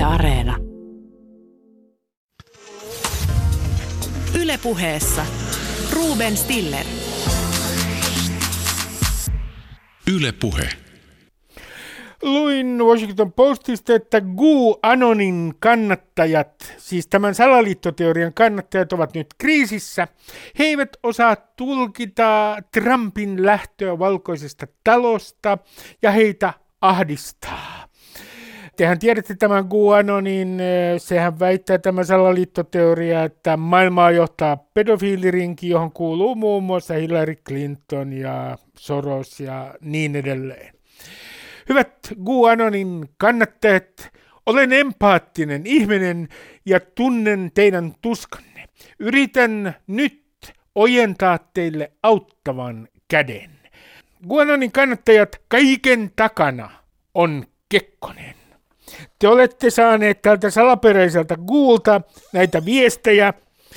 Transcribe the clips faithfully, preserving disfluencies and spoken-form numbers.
Areena. Yle Puheessa Ruben Stiller. Yle Puhe. Luin Washington Postista, että QAnonin kannattajat, siis tämän salaliittoteorian kannattajat, ovat nyt kriisissä. He eivät osaa tulkita Trumpin lähtöä valkoisesta talosta ja heitä ahdistaa. Tehän tiedätte tämän QAnonin, sehän väittää tämä salaliittoteoria, että maailmaa johtaa pedofiilirinki, johon kuuluu muun muassa Hillary Clinton ja Soros ja niin edelleen. Hyvät QAnonin kannattajat, olen empaattinen ihminen ja tunnen teidän tuskanne. Yritän nyt ojentaa teille auttavan käden. QAnonin kannattajat, kaiken takana on Kekkonen. Te olette saaneet tältä salaperäiseltä Goolta näitä viestejä,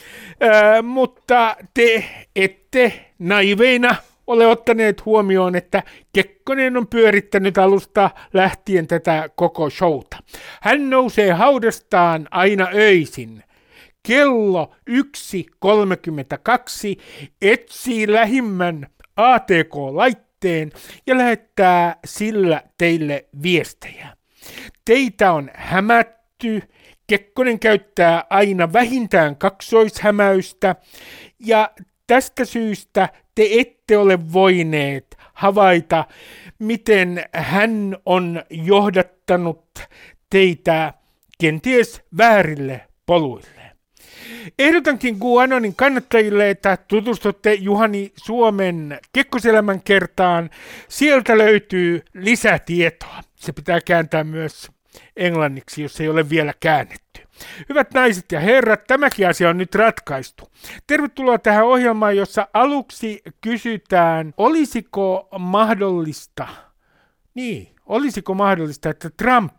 ää, mutta te ette naiveina ole ottaneet huomioon, että Kekkonen on pyörittänyt alusta lähtien tätä koko showta. Hän nousee haudastaan aina öisin. Kello yksi kolmekymmentäkaksi etsii lähimmän A T K-laitteen ja lähettää sillä teille viestejä. Teitä on hämätty, Kekkonen käyttää aina vähintään kaksoishämäystä ja tästä syystä te ette ole voineet havaita, miten hän on johdattanut teitä kenties väärille poluille. Ehdotankin QAnonin kannattajille, että tutustutte Juhani Suomen Kekkoselämän kertaan. Sieltä löytyy lisätietoa. Se pitää kääntää myös englanniksi, jos ei ole vielä käännetty. Hyvät naiset ja herrat, tämäkin asia on nyt ratkaistu. Tervetuloa tähän ohjelmaan, jossa aluksi kysytään, olisiko mahdollista, niin, olisiko mahdollista, että Trump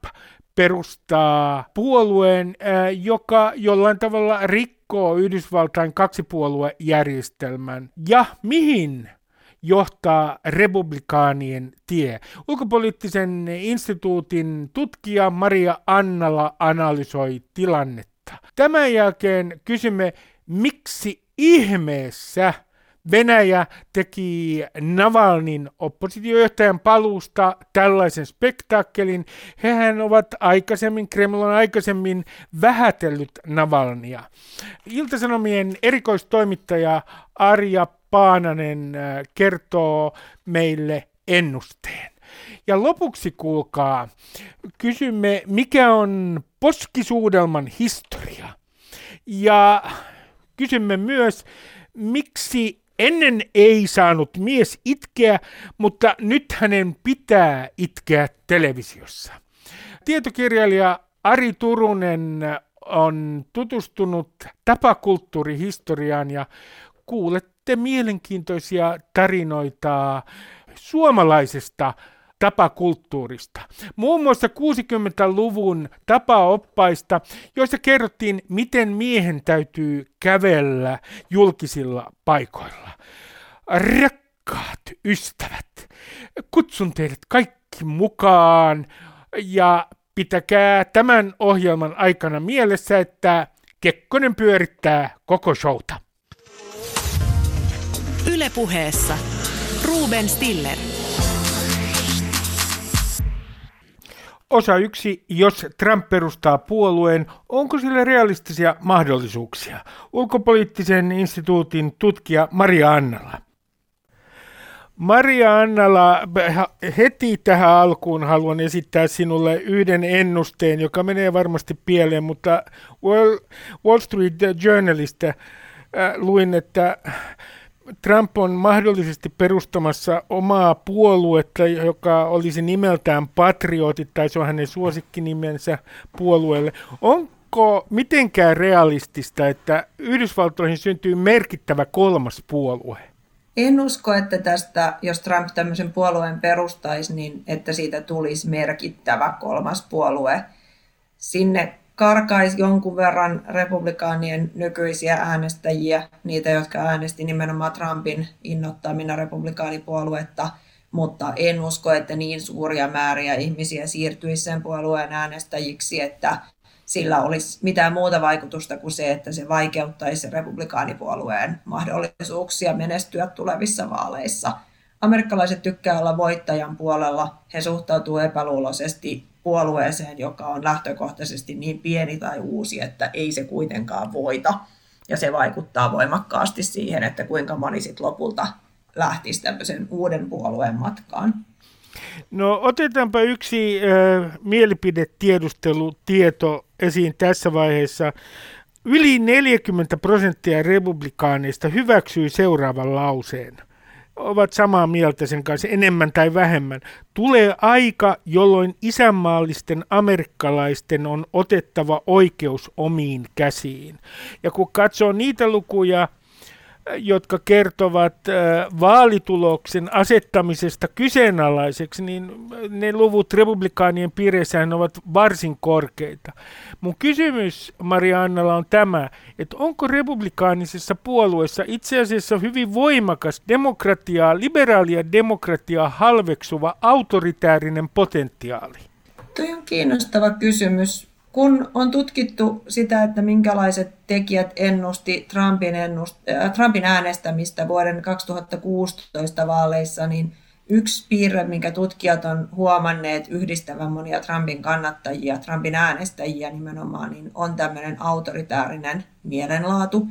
perustaa puolueen, joka jollain tavalla rikkoo Yhdysvaltain kaksipuoluejärjestelmän, ja mihin johtaa republikaanien tie. Ulkopoliittisen instituutin tutkija Maria Annala analysoi tilannetta. Tämän jälkeen kysymme, miksi ihmeessä Venäjä teki Navalnin oppositiojohtajan paluusta tällaisen spektaakkelin. Hehän ovat aikaisemmin, Kreml on aikaisemmin vähätellyt Navalnia. Ilta-Sanomien erikoistoimittaja Arja Paananen kertoo meille ennusteen. Ja lopuksi kuulkaa, kysymme, mikä on poskisuudelman historia. Ja kysymme myös, miksi ennen ei saanut mies itkeä, mutta nyt hänen pitää itkeä televisiossa. Tietokirjailija Ari Turunen on tutustunut tapakulttuurihistoriaan ja kuulette mielenkiintoisia tarinoita suomalaisesta tapakulttuurista. Muun muassa kuusikymmentäluvun tapaoppaista, joissa kerrottiin, miten miehen täytyy kävellä julkisilla paikoilla. Rakkaat ystävät, kutsun teidät kaikki mukaan ja pitäkää tämän ohjelman aikana mielessä, että Kekkonen pyörittää koko showta. Yle Puheessa Ruben Stiller. Osa yksi, jos Trump perustaa puolueen, onko sille realistisia mahdollisuuksia? Ulkopoliittisen instituutin tutkija Maria Annala. Maria Annala, heti tähän alkuun haluan esittää sinulle yhden ennusteen, joka menee varmasti pieleen, mutta Wall Street Journalista äh, luin, että Trump on mahdollisesti perustamassa omaa puoluetta, joka olisi nimeltään Patriotit, tai se on hänen suosikkinimensä puolueelle. Onko mitenkään realistista, että Yhdysvaltoihin syntyy merkittävä kolmas puolue? En usko, että tästä, jos Trump tämmöisen puolueen perustaisi, niin että siitä tulisi merkittävä kolmas puolue. Sinne karkaisi jonkun verran republikaanien nykyisiä äänestäjiä, niitä, jotka äänesti nimenomaan Trumpin innoittamina republikaanipuoluetta, mutta en usko, että niin suuria määriä ihmisiä siirtyisi sen puolueen äänestäjiksi, että sillä olisi mitään muuta vaikutusta kuin se, että se vaikeuttaisi republikaanipuolueen mahdollisuuksia menestyä tulevissa vaaleissa. Amerikkalaiset tykkää olla voittajan puolella. He suhtautuu epäluuloisesti puolueeseen, joka on lähtökohtaisesti niin pieni tai uusi, että ei se kuitenkaan voita. Ja se vaikuttaa voimakkaasti siihen, että kuinka moni sitten lopulta lähtisi tämmöisen uuden puolueen matkaan. No otetaanpa yksi äh, mielipidetiedustelutieto esiin tässä vaiheessa. Yli neljäkymmentä prosenttia republikaaneista hyväksyy seuraavan lauseen. Ovat samaa mieltä sen kanssa enemmän tai vähemmän. Tulee aika, jolloin isänmaallisten amerikkalaisten on otettava oikeus omiin käsiin. Ja kun katsoo niitä lukuja, jotka kertovat vaalituloksen asettamisesta kyseenalaiseksi, niin ne luvut republikaanien piireissähän ovat varsin korkeita. Mun kysymys Mariannalla on tämä, että onko republikaanisessa puolueessa itse asiassa hyvin voimakas demokratiaa, liberaalia demokratiaa halveksuva autoritäärinen potentiaali? Tuo on kiinnostava kysymys. Kun on tutkittu sitä, että minkälaiset tekijät ennusti Trumpin, ennust- äh, Trumpin äänestämistä vuoden kaksituhattakuusitoista vaaleissa, niin yksi piirre, minkä tutkijat on huomanneet yhdistävän monia Trumpin kannattajia, Trumpin äänestäjiä nimenomaan, niin on tämmöinen autoritäärinen mielenlaatu,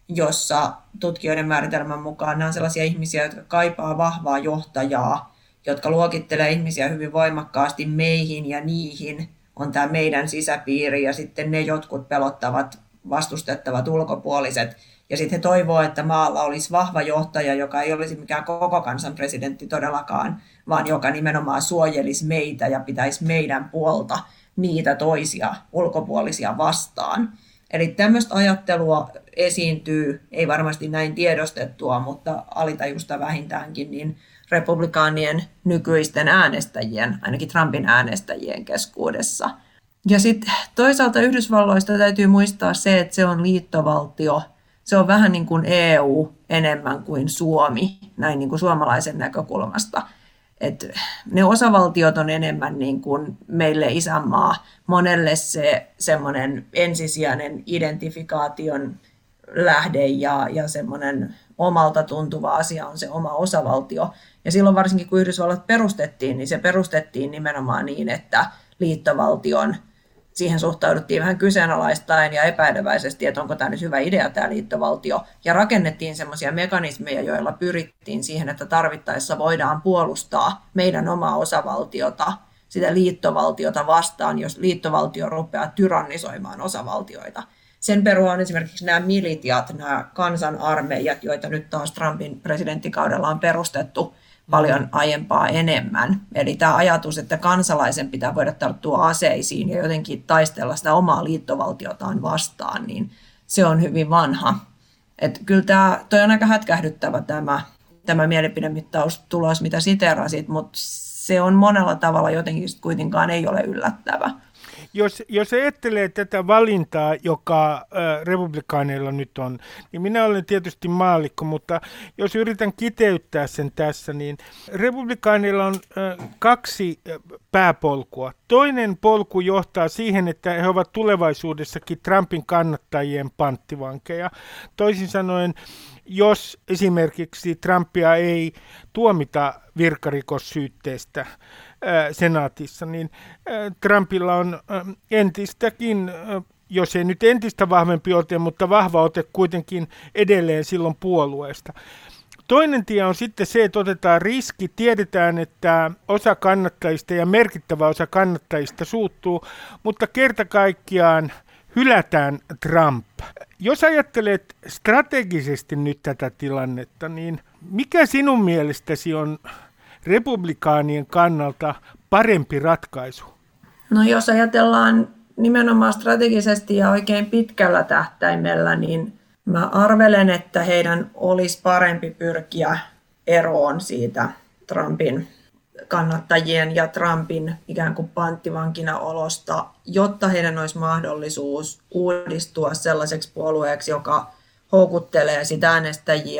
jossa tutkijoiden määritelmän mukaan nämä on sellaisia ihmisiä, jotka kaipaa vahvaa johtajaa, jotka luokittelee ihmisiä hyvin voimakkaasti meihin ja niihin, on tämä meidän sisäpiiri ja sitten ne jotkut pelottavat, vastustettavat ulkopuoliset. Ja sitten he toivoo, että maalla olisi vahva johtaja, joka ei olisi mikään koko kansan presidentti todellakaan, vaan joka nimenomaan suojelisi meitä ja pitäisi meidän puolta niitä toisia ulkopuolisia vastaan. Eli tämmöistä ajattelua esiintyy, ei varmasti näin tiedostettua, mutta alitajusta vähintäänkin, niin republikaanien nykyisten äänestäjien, ainakin Trumpin äänestäjien keskuudessa. Ja sitten toisaalta Yhdysvalloista täytyy muistaa se, että se on liittovaltio. Se on vähän niin kuin E U enemmän kuin Suomi, näin niin kuin suomalaisen näkökulmasta. Et ne osavaltiot on enemmän niin kuin meille isänmaa. Monelle se semmoinen ensisijainen identifikaation lähde ja, ja semmoinen omalta tuntuva asia on se oma osavaltio. Ja silloin varsinkin kun Yhdysvallat perustettiin, niin se perustettiin nimenomaan niin, että liittovaltion, siihen suhtauduttiin vähän kyseenalaistaen ja epäileväisesti, että onko tämä nyt hyvä idea tämä liittovaltio. Ja rakennettiin semmoisia mekanismeja, joilla pyrittiin siihen, että tarvittaessa voidaan puolustaa meidän omaa osavaltiota, sitä liittovaltiota vastaan, jos liittovaltio rupeaa tyrannisoimaan osavaltioita. Sen perua on esimerkiksi nämä militiat, nämä kansanarmeijat, joita nyt taas Trumpin presidenttikaudella on perustettu paljon aiempaa enemmän. Eli tämä ajatus, että kansalaisen pitää voida tarttua aseisiin ja jotenkin taistella sitä omaa liittovaltiotaan vastaan, niin se on hyvin vanha. Että kyllä tämä, toi on aika hätkähdyttävä tämä, tämä mielipidemittaustulos, mitä siteerasit, mutta se on monella tavalla jotenkin kuitenkaan ei ole yllättävä. Jos, jos ajattelee tätä valintaa, joka äh, republikaaneilla nyt on, niin minä olen tietysti maallikko, mutta jos yritän kiteyttää sen tässä, niin republikaaneilla on äh, kaksi pääpolkua. Toinen polku johtaa siihen, että he ovat tulevaisuudessakin Trumpin kannattajien panttivankeja. Toisin sanoen, jos esimerkiksi Trumpia ei tuomita virkarikossyytteestä senaatissa, niin Trumpilla on entistäkin, jos ei nyt entistä vahvempi ote, mutta vahva ote kuitenkin edelleen silloin puolueesta. Toinen tie on sitten se, että otetaan riski. Tiedetään, että osa kannattajista ja merkittävä osa kannattajista suuttuu, mutta kerta kaikkiaan hylätään Trump. Jos ajattelet strategisesti nyt tätä tilannetta, niin mikä sinun mielestäsi on republikaanien kannalta parempi ratkaisu? No jos ajatellaan nimenomaan strategisesti ja oikein pitkällä tähtäimellä, niin mä arvelen, että heidän olisi parempi pyrkiä eroon siitä Trumpin kannattajien ja Trumpin ikään kuin panttivankina olosta, jotta heidän olisi mahdollisuus uudistua sellaiseksi puolueeksi, joka houkuttelee sitä äänestäjiä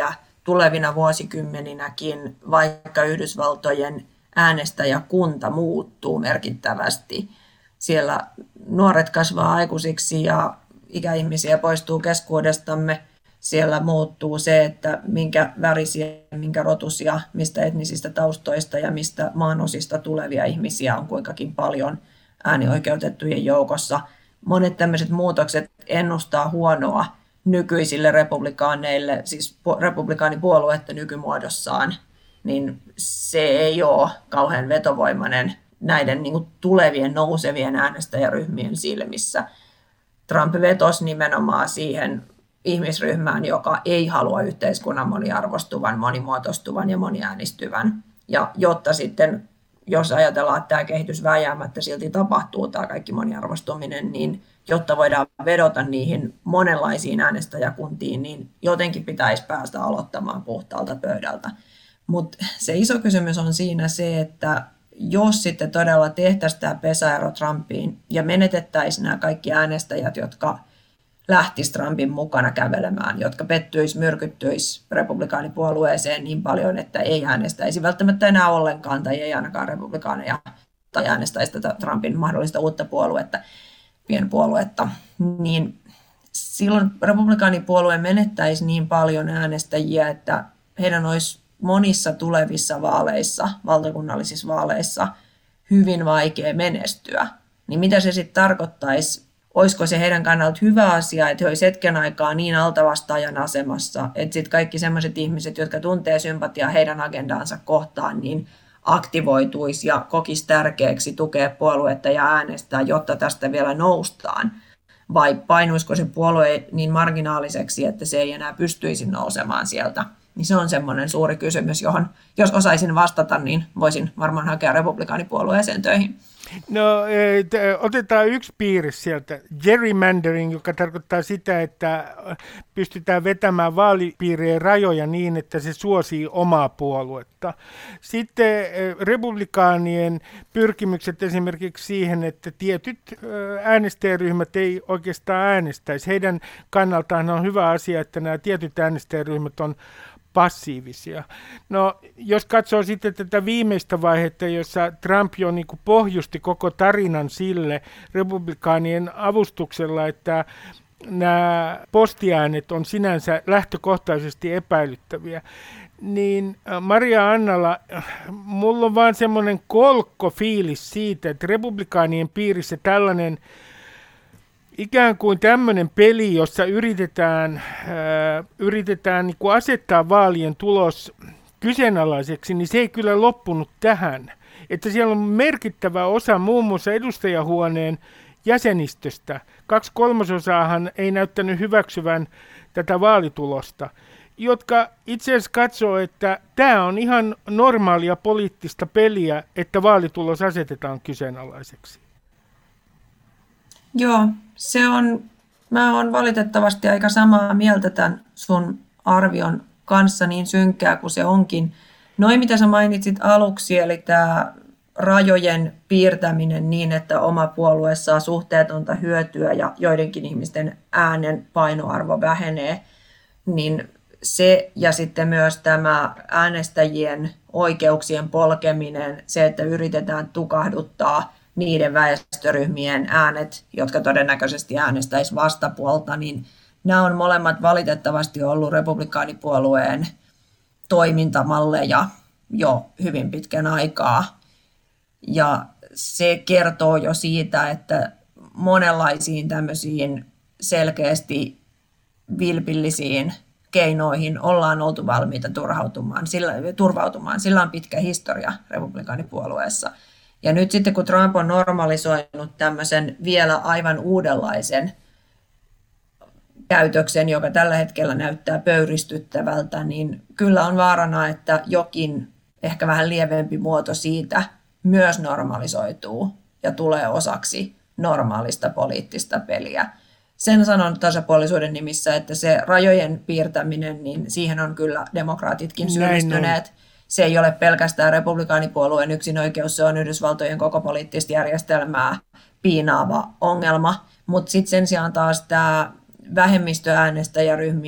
tulevina vuosikymmeninäkin, vaikka Yhdysvaltojen äänestäjäkunta muuttuu merkittävästi. Siellä nuoret kasvaa aikuisiksi ja ikäihmisiä poistuu keskuudestamme. Siellä muuttuu se, että minkä värisiä, minkä rotusia, mistä etnisistä taustoista ja mistä maanosista tulevia ihmisiä on kuinkakin paljon äänioikeutettujen joukossa. Monet tämmöiset muutokset ennustaa huonoa nykyisille republikaaneille, siis republikaanipuoluetta nykymuodossaan, niin se ei ole kauhean vetovoimainen näiden niin kuin tulevien nousevien äänestäjäryhmien silmissä. Trump vetosi nimenomaan siihen ihmisryhmään, joka ei halua yhteiskunnan moniarvostuvan, monimuotoistuvan ja moniäänistyvän. Ja jotta sitten, jos ajatellaan, että tämä kehitys vääjäämättä silti tapahtuu, tämä kaikki moniarvostuminen, niin jotta voidaan vedota niihin monenlaisiin äänestäjäkuntiin, niin jotenkin pitäisi päästä aloittamaan puhtaalta pöydältä. Mutta se iso kysymys on siinä se, että jos sitten todella tehtäisiin tämä pesäero Trumpiin ja menetettäisiin nämä kaikki äänestäjät, jotka lähtisivät Trumpin mukana kävelemään, jotka pettyisi, myrkyttyisi republikaanipuolueeseen niin paljon, että ei äänestäisi välttämättä enää ollenkaan tai ei ainakaan republikaaneja tai äänestäisi tätä Trumpin mahdollista uutta puoluetta, pienpuoluetta, niin silloin republikaanipuolue menettäisi niin paljon äänestäjiä, että heidän olisi monissa tulevissa vaaleissa, valtakunnallisissa vaaleissa, hyvin vaikea menestyä. Niin mitä se sitten tarkoittaisi? Olisiko se heidän kannalta hyvä asia, että he olisivat hetken aikaa niin altavastaajan asemassa, että sitten kaikki sellaiset ihmiset, jotka tuntee sympatiaa heidän agendaansa kohtaan, niin aktivoituisi ja kokisi tärkeäksi tukea puoluetta ja äänestää, jotta tästä vielä noustaan? Vai painuisiko se puolue niin marginaaliseksi, että se ei enää pystyisi nousemaan sieltä? Niin se on semmoinen suuri kysymys, johon jos osaisin vastata, niin voisin varmaan hakea republikaanipuolueeseen töihin. No otetaan yksi piirre sieltä, gerrymandering, joka tarkoittaa sitä, että pystytään vetämään vaalipiirien rajoja niin, että se suosii omaa puoluetta. Sitten republikaanien pyrkimykset esimerkiksi siihen, että tietyt äänestäjäryhmät ei oikeastaan äänestäisi. Heidän kannaltaan on hyvä asia, että nämä tietyt äänestäjäryhmät on passiivisia. No, jos katsoo sitten tätä viimeistä vaihetta, jossa Trump jo niin kuin pohjusti koko tarinan sille republikaanien avustuksella, että nämä postiäänet on sinänsä lähtökohtaisesti epäilyttäviä, niin Maria Annala, mulla on vaan semmoinen kolkko fiilis siitä, että republikaanien piirissä tällainen ikään kuin tämmöinen peli, jossa yritetään, äh, yritetään niin kuin asettaa vaalien tulos kyseenalaiseksi, niin se ei kyllä loppunut tähän. Että siellä on merkittävä osa muun muassa edustajahuoneen jäsenistöstä. Kaksi kolmasosaahan ei näyttänyt hyväksyvän tätä vaalitulosta, jotka itse asiassa katsoo, että tämä on ihan normaalia poliittista peliä, että vaalitulos asetetaan kyseenalaiseksi. Joo, se on, mä oon valitettavasti aika samaa mieltä tämän sun arvion kanssa, niin synkkää kuin se onkin. Noin mitä sä mainitsit aluksi, eli tämä rajojen piirtäminen niin, että oma puolue saa suhteetonta hyötyä ja joidenkin ihmisten äänen painoarvo vähenee, niin se ja sitten myös tämä äänestäjien oikeuksien polkeminen, se, että yritetään tukahduttaa niiden väestöryhmien äänet, jotka todennäköisesti äänestäisi vastapuolta, niin nämä on molemmat valitettavasti ollut republikaanipuolueen toimintamalleja jo hyvin pitkän aikaa. Ja se kertoo jo siitä, että monenlaisiin tämmöisiin selkeästi vilpillisiin keinoihin ollaan oltu valmiita turhautumaan, sillä, turvautumaan. Sillä on pitkä historia republikaanipuolueessa. Ja nyt sitten kun Trump on normalisoinut tämmöisen vielä aivan uudenlaisen käytöksen, joka tällä hetkellä näyttää pöyristyttävältä, niin kyllä on vaarana, että jokin ehkä vähän lievempi muoto siitä myös normalisoituu ja tulee osaksi normaalista poliittista peliä. Sen sanon tasapuolisuuden nimissä, että se rajojen piirtäminen, niin siihen on kyllä demokraatitkin syyllistyneet. Se ei ole pelkästään republikaanipuolueen yksinoikeus, se on Yhdysvaltojen koko poliittista järjestelmää piinaava ongelma. Mutta sitten sen sijaan taas tämä vähemmistöäänestäjäryhmien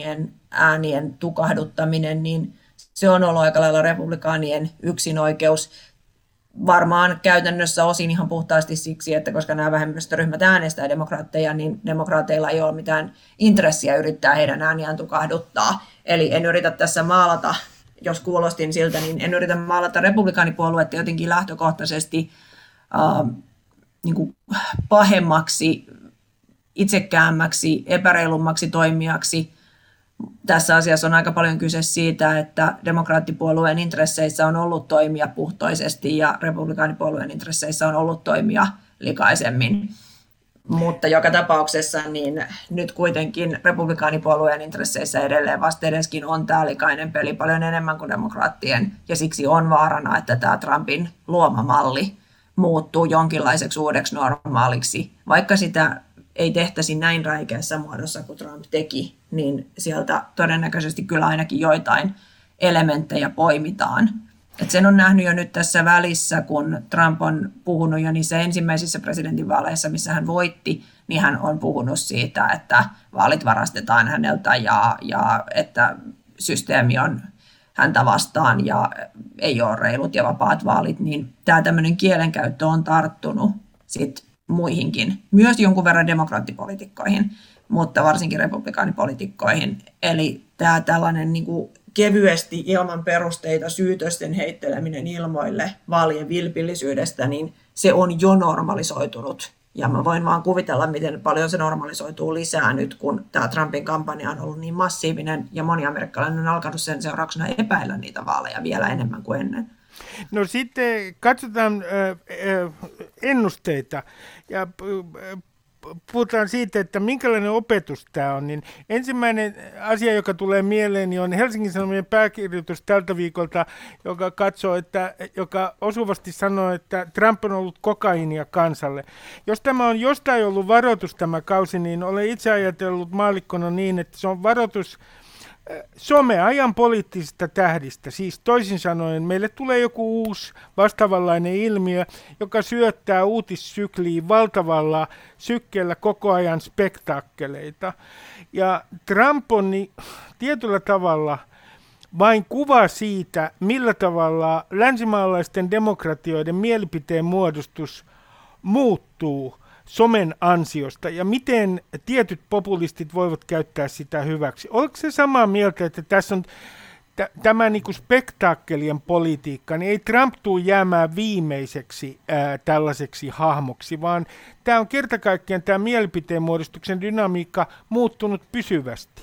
äänien tukahduttaminen, niin se on ollut aika lailla republikaanien yksinoikeus. Varmaan käytännössä osin ihan puhtaasti siksi, että koska nämä vähemmistöryhmät äänestää demokraatteja, niin demokraateilla ei ole mitään intressiä yrittää heidän ääniään tukahduttaa. Eli en yritä tässä maalata, jos kuulostin siltä, niin en yritä maalata republikaanipuoluetta jotenkin lähtökohtaisesti äh, niin kuin pahemmaksi, itsekäämmäksi, epäreilummaksi toimijaksi. Tässä asiassa on aika paljon kyse siitä, että demokraattipuolueen intresseissä on ollut toimia puhtoisesti ja republikaanipuolueen intresseissä on ollut toimia likaisemmin. Mutta joka tapauksessa niin nyt kuitenkin republikaanipuolueen intresseissä edelleen vastedeskin on tämä likainen peli paljon enemmän kuin demokraattien, ja siksi on vaarana, että tämä Trumpin luoma malli muuttuu jonkinlaiseksi uudeksi normaaliksi, vaikka sitä ei tehtäisi näin räikeässä muodossa kuin Trump teki, niin sieltä todennäköisesti kyllä ainakin joitain elementtejä poimitaan. Et sen on nähnyt jo nyt tässä välissä, kun Trump on puhunut jo niissä ensimmäisissä presidentinvaaleissa, missä hän voitti, niin hän on puhunut siitä, että vaalit varastetaan häneltä ja, ja että systeemi on häntä vastaan ja ei ole reilut ja vapaat vaalit, niin tämä tämmöinen kielenkäyttö on tarttunut sit muihinkin, myös jonkun verran demokraattipoliitikkoihin, mutta varsinkin republikaanipoliitikkoihin. Eli tämä tällainen niin kuin kevyesti ilman perusteita syytösten heitteleminen ilmoille vaalien vilpillisyydestä, niin se on jo normalisoitunut. Ja mä voin vaan kuvitella, miten paljon se normalisoituu lisää nyt, kun tämä Trumpin kampanja on ollut niin massiivinen ja moni amerikkalainen on alkanut sen seurauksena epäillä niitä vaaleja vielä enemmän kuin ennen. No sitten katsotaan äh, ennusteita ja puhutaan siitä, että minkälainen opetus tämä on. Niin ensimmäinen asia, joka tulee mieleeni, on Helsingin Sanomien pääkirjoitus tältä viikolta, joka katsoo, että, joka osuvasti sanoo, että Trump on ollut kokaiinia kansalle. Jos tämä on jostain ollut varoitus tämä kausi, niin olen itse ajatellut maallikkona niin, että se on varoitus someajan poliittisista tähdistä, siis toisin sanoen meille tulee joku uusi vastaavanlainen ilmiö, joka syöttää uutissykliin valtavalla sykkeellä koko ajan spektaakkeleita. Ja Trump on niin, tietyllä tavalla vain kuva siitä, millä tavalla länsimaalaisten demokratioiden mielipiteen muodostus muuttuu somen ansiosta ja miten tietyt populistit voivat käyttää sitä hyväksi. Oletko se samaa mieltä, että tässä on t- tämä niin kuin spektaakkelien politiikka, niin ei Trump tule jäämään viimeiseksi ää, tällaiseksi hahmoksi, vaan tämä on kerta kaikkiaan tämä mielipiteen muodostuksen dynamiikka muuttunut pysyvästi?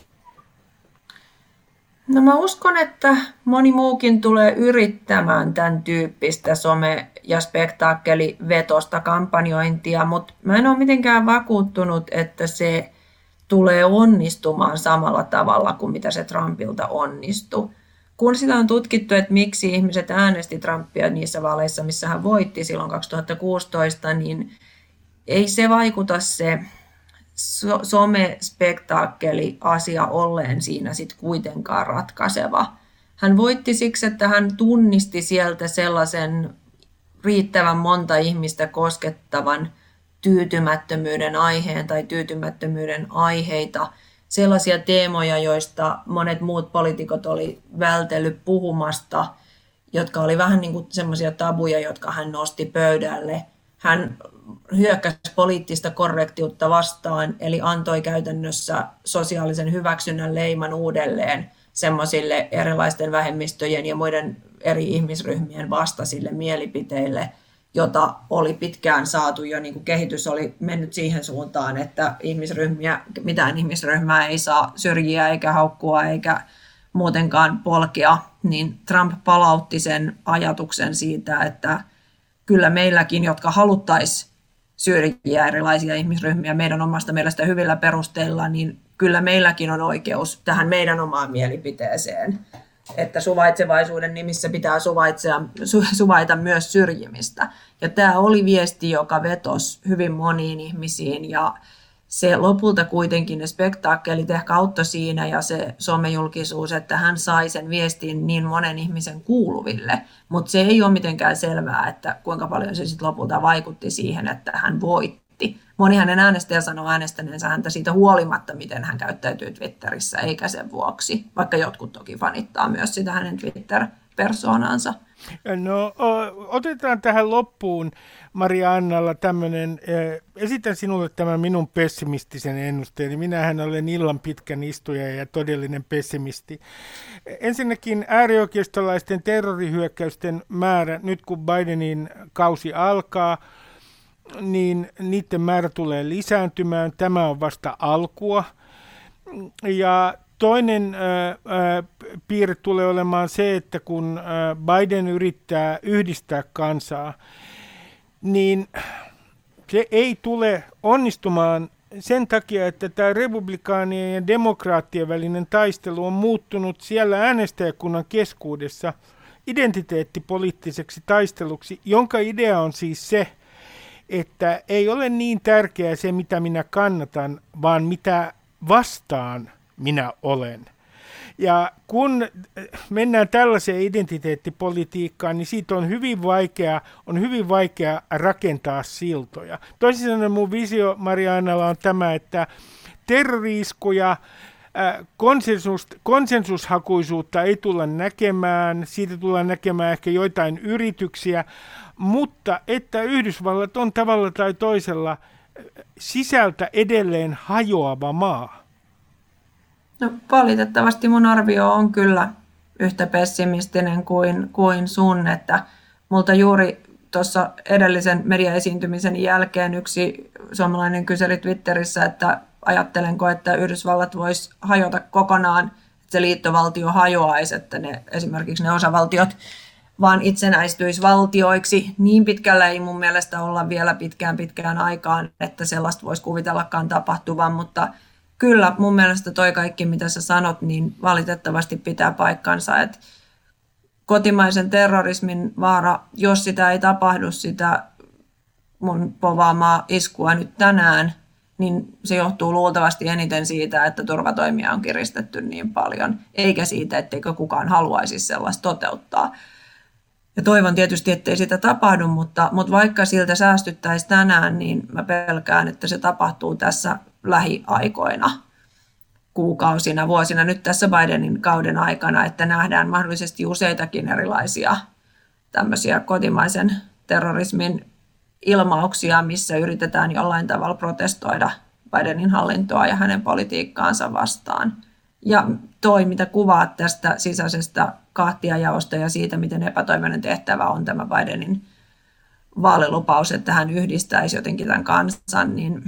No mä uskon, että moni muukin tulee yrittämään tämän tyyppistä some- ja spektaakelivetosta kampanjointia, mutta mä en ole mitenkään vakuuttunut, että se tulee onnistumaan samalla tavalla kuin mitä se Trumpilta onnistui. Kun sitä on tutkittu, että miksi ihmiset äänesti Trumpia niissä vaaleissa, missä hän voitti silloin kaksituhattakuusitoista, niin ei se vaikuta se So- some-spektaakkeli-asia olleen siinä sit kuitenkaan ratkaiseva. Hän voitti siksi, että hän tunnisti sieltä sellaisen riittävän monta ihmistä koskettavan tyytymättömyyden aiheen tai tyytymättömyyden aiheita, sellaisia teemoja, joista monet muut poliitikot oli vältellyt puhumasta, jotka oli vähän niin kuin semmoisia tabuja, jotka hän nosti pöydälle. Hän hyökkäsi poliittista korrektiutta vastaan, eli antoi käytännössä sosiaalisen hyväksynnän leiman uudelleen semmoisille erilaisten vähemmistöjen ja muiden eri ihmisryhmien vastaisille mielipiteille, jota oli pitkään saatu jo, niin kuin kehitys oli mennyt siihen suuntaan, että ihmisryhmiä, mitään ihmisryhmää ei saa syrjiä eikä haukkua eikä muutenkaan polkea, niin Trump palautti sen ajatuksen siitä, että kyllä meilläkin, jotka haluttaisiin syrjiä erilaisia ihmisryhmiä meidän omasta mielestä hyvillä perusteilla, niin kyllä meilläkin on oikeus tähän meidän omaan mielipiteeseen, että suvaitsevaisuuden nimissä pitää suvaitsea, su, suvaita myös syrjimistä. Ja tämä oli viesti, joka vetosi hyvin moniin ihmisiin, ja se lopulta kuitenkin ne spektaakkelit ehkä auttoi siinä ja se somejulkisuus, että hän sai sen viestin niin monen ihmisen kuuluville, mutta se ei ole mitenkään selvää, että kuinka paljon se sitten lopulta vaikutti siihen, että hän voitti. legitimiteetti. Moni hänen äänestäjä sanoo äänestäneensä häntä siitä huolimatta, miten hän käyttäytyy Twitterissä, eikä sen vuoksi, vaikka jotkut toki fanittaa myös sitä hänen Twitter-persoonansa. No otetaan tähän loppuun, Maria-Annalla, tämmöinen, esitän sinulle tämän minun pessimistisen ennusteeni. Minähän olen illan pitkän istuja ja todellinen pessimisti. Ensinnäkin äärioikeistolaisten terrorihyökkäysten määrä, nyt kun Bidenin kausi alkaa, niin niiden määrä tulee lisääntymään. Tämä on vasta alkua. Ja toinen äh, piirre tulee olemaan se, että kun äh, Biden yrittää yhdistää kansaa, niin se ei tule onnistumaan sen takia, että tämä republikaanien ja demokraattien välinen taistelu on muuttunut siellä äänestäjäkunnan keskuudessa identiteettipoliittiseksi taisteluksi, jonka idea on siis se, että ei ole niin tärkeää se, mitä minä kannatan, vaan mitä vastaan minä olen. Ja kun mennään tällaiseen identiteettipolitiikkaan, niin siitä on hyvin vaikea, on hyvin vaikea rakentaa siltoja. Toisin sanoen mun visio, Maria-Annalla, on tämä, että terrori-iskuja, konsensus, konsensushakuisuutta ei tulla näkemään, siitä tullaan näkemään ehkä joitain yrityksiä, mutta että Yhdysvallat on tavalla tai toisella sisältä edelleen hajoava maa. No, valitettavasti mun arvio on kyllä yhtä pessimistinen kuin, kuin sun, että multa juuri tuossa edellisen mediaesiintymisen jälkeen yksi suomalainen kyseli Twitterissä, että ajattelenko, että Yhdysvallat voisi hajota kokonaan, että se liittovaltio hajoaisi, että ne, esimerkiksi ne osavaltiot vaan itsenäistyisi valtioiksi. Niin pitkällä ei mun mielestä olla vielä pitkään pitkään aikaan, että sellaista voisi kuvitellakaan tapahtuvan, mutta kyllä mun mielestä toi kaikki, mitä sä sanot, niin valitettavasti pitää paikkansa, että kotimaisen terrorismin vaara, jos sitä ei tapahdu, sitä mun povaamaa iskua nyt tänään, niin se johtuu luultavasti eniten siitä, että turvatoimia on kiristetty niin paljon, eikä siitä, etteikö kukaan haluaisi sellaista toteuttaa. Ja toivon tietysti, ettei sitä tapahdu, mutta, mutta vaikka siltä säästyttäisiin tänään, niin mä pelkään, että se tapahtuu tässä lähiaikoina, kuukausina, vuosina, nyt tässä Bidenin kauden aikana, että nähdään mahdollisesti useitakin erilaisia tämmöisiä kotimaisen terrorismin ilmauksia, missä yritetään jollain tavalla protestoida Bidenin hallintoa ja hänen politiikkaansa vastaan. Ja toi, mitä kuvaat tästä sisäisestä kahtiajaosta ja siitä, miten epätoivoinen tehtävä on tämä Bidenin vaalilupaus, että hän yhdistäisi jotenkin tämän kansan, niin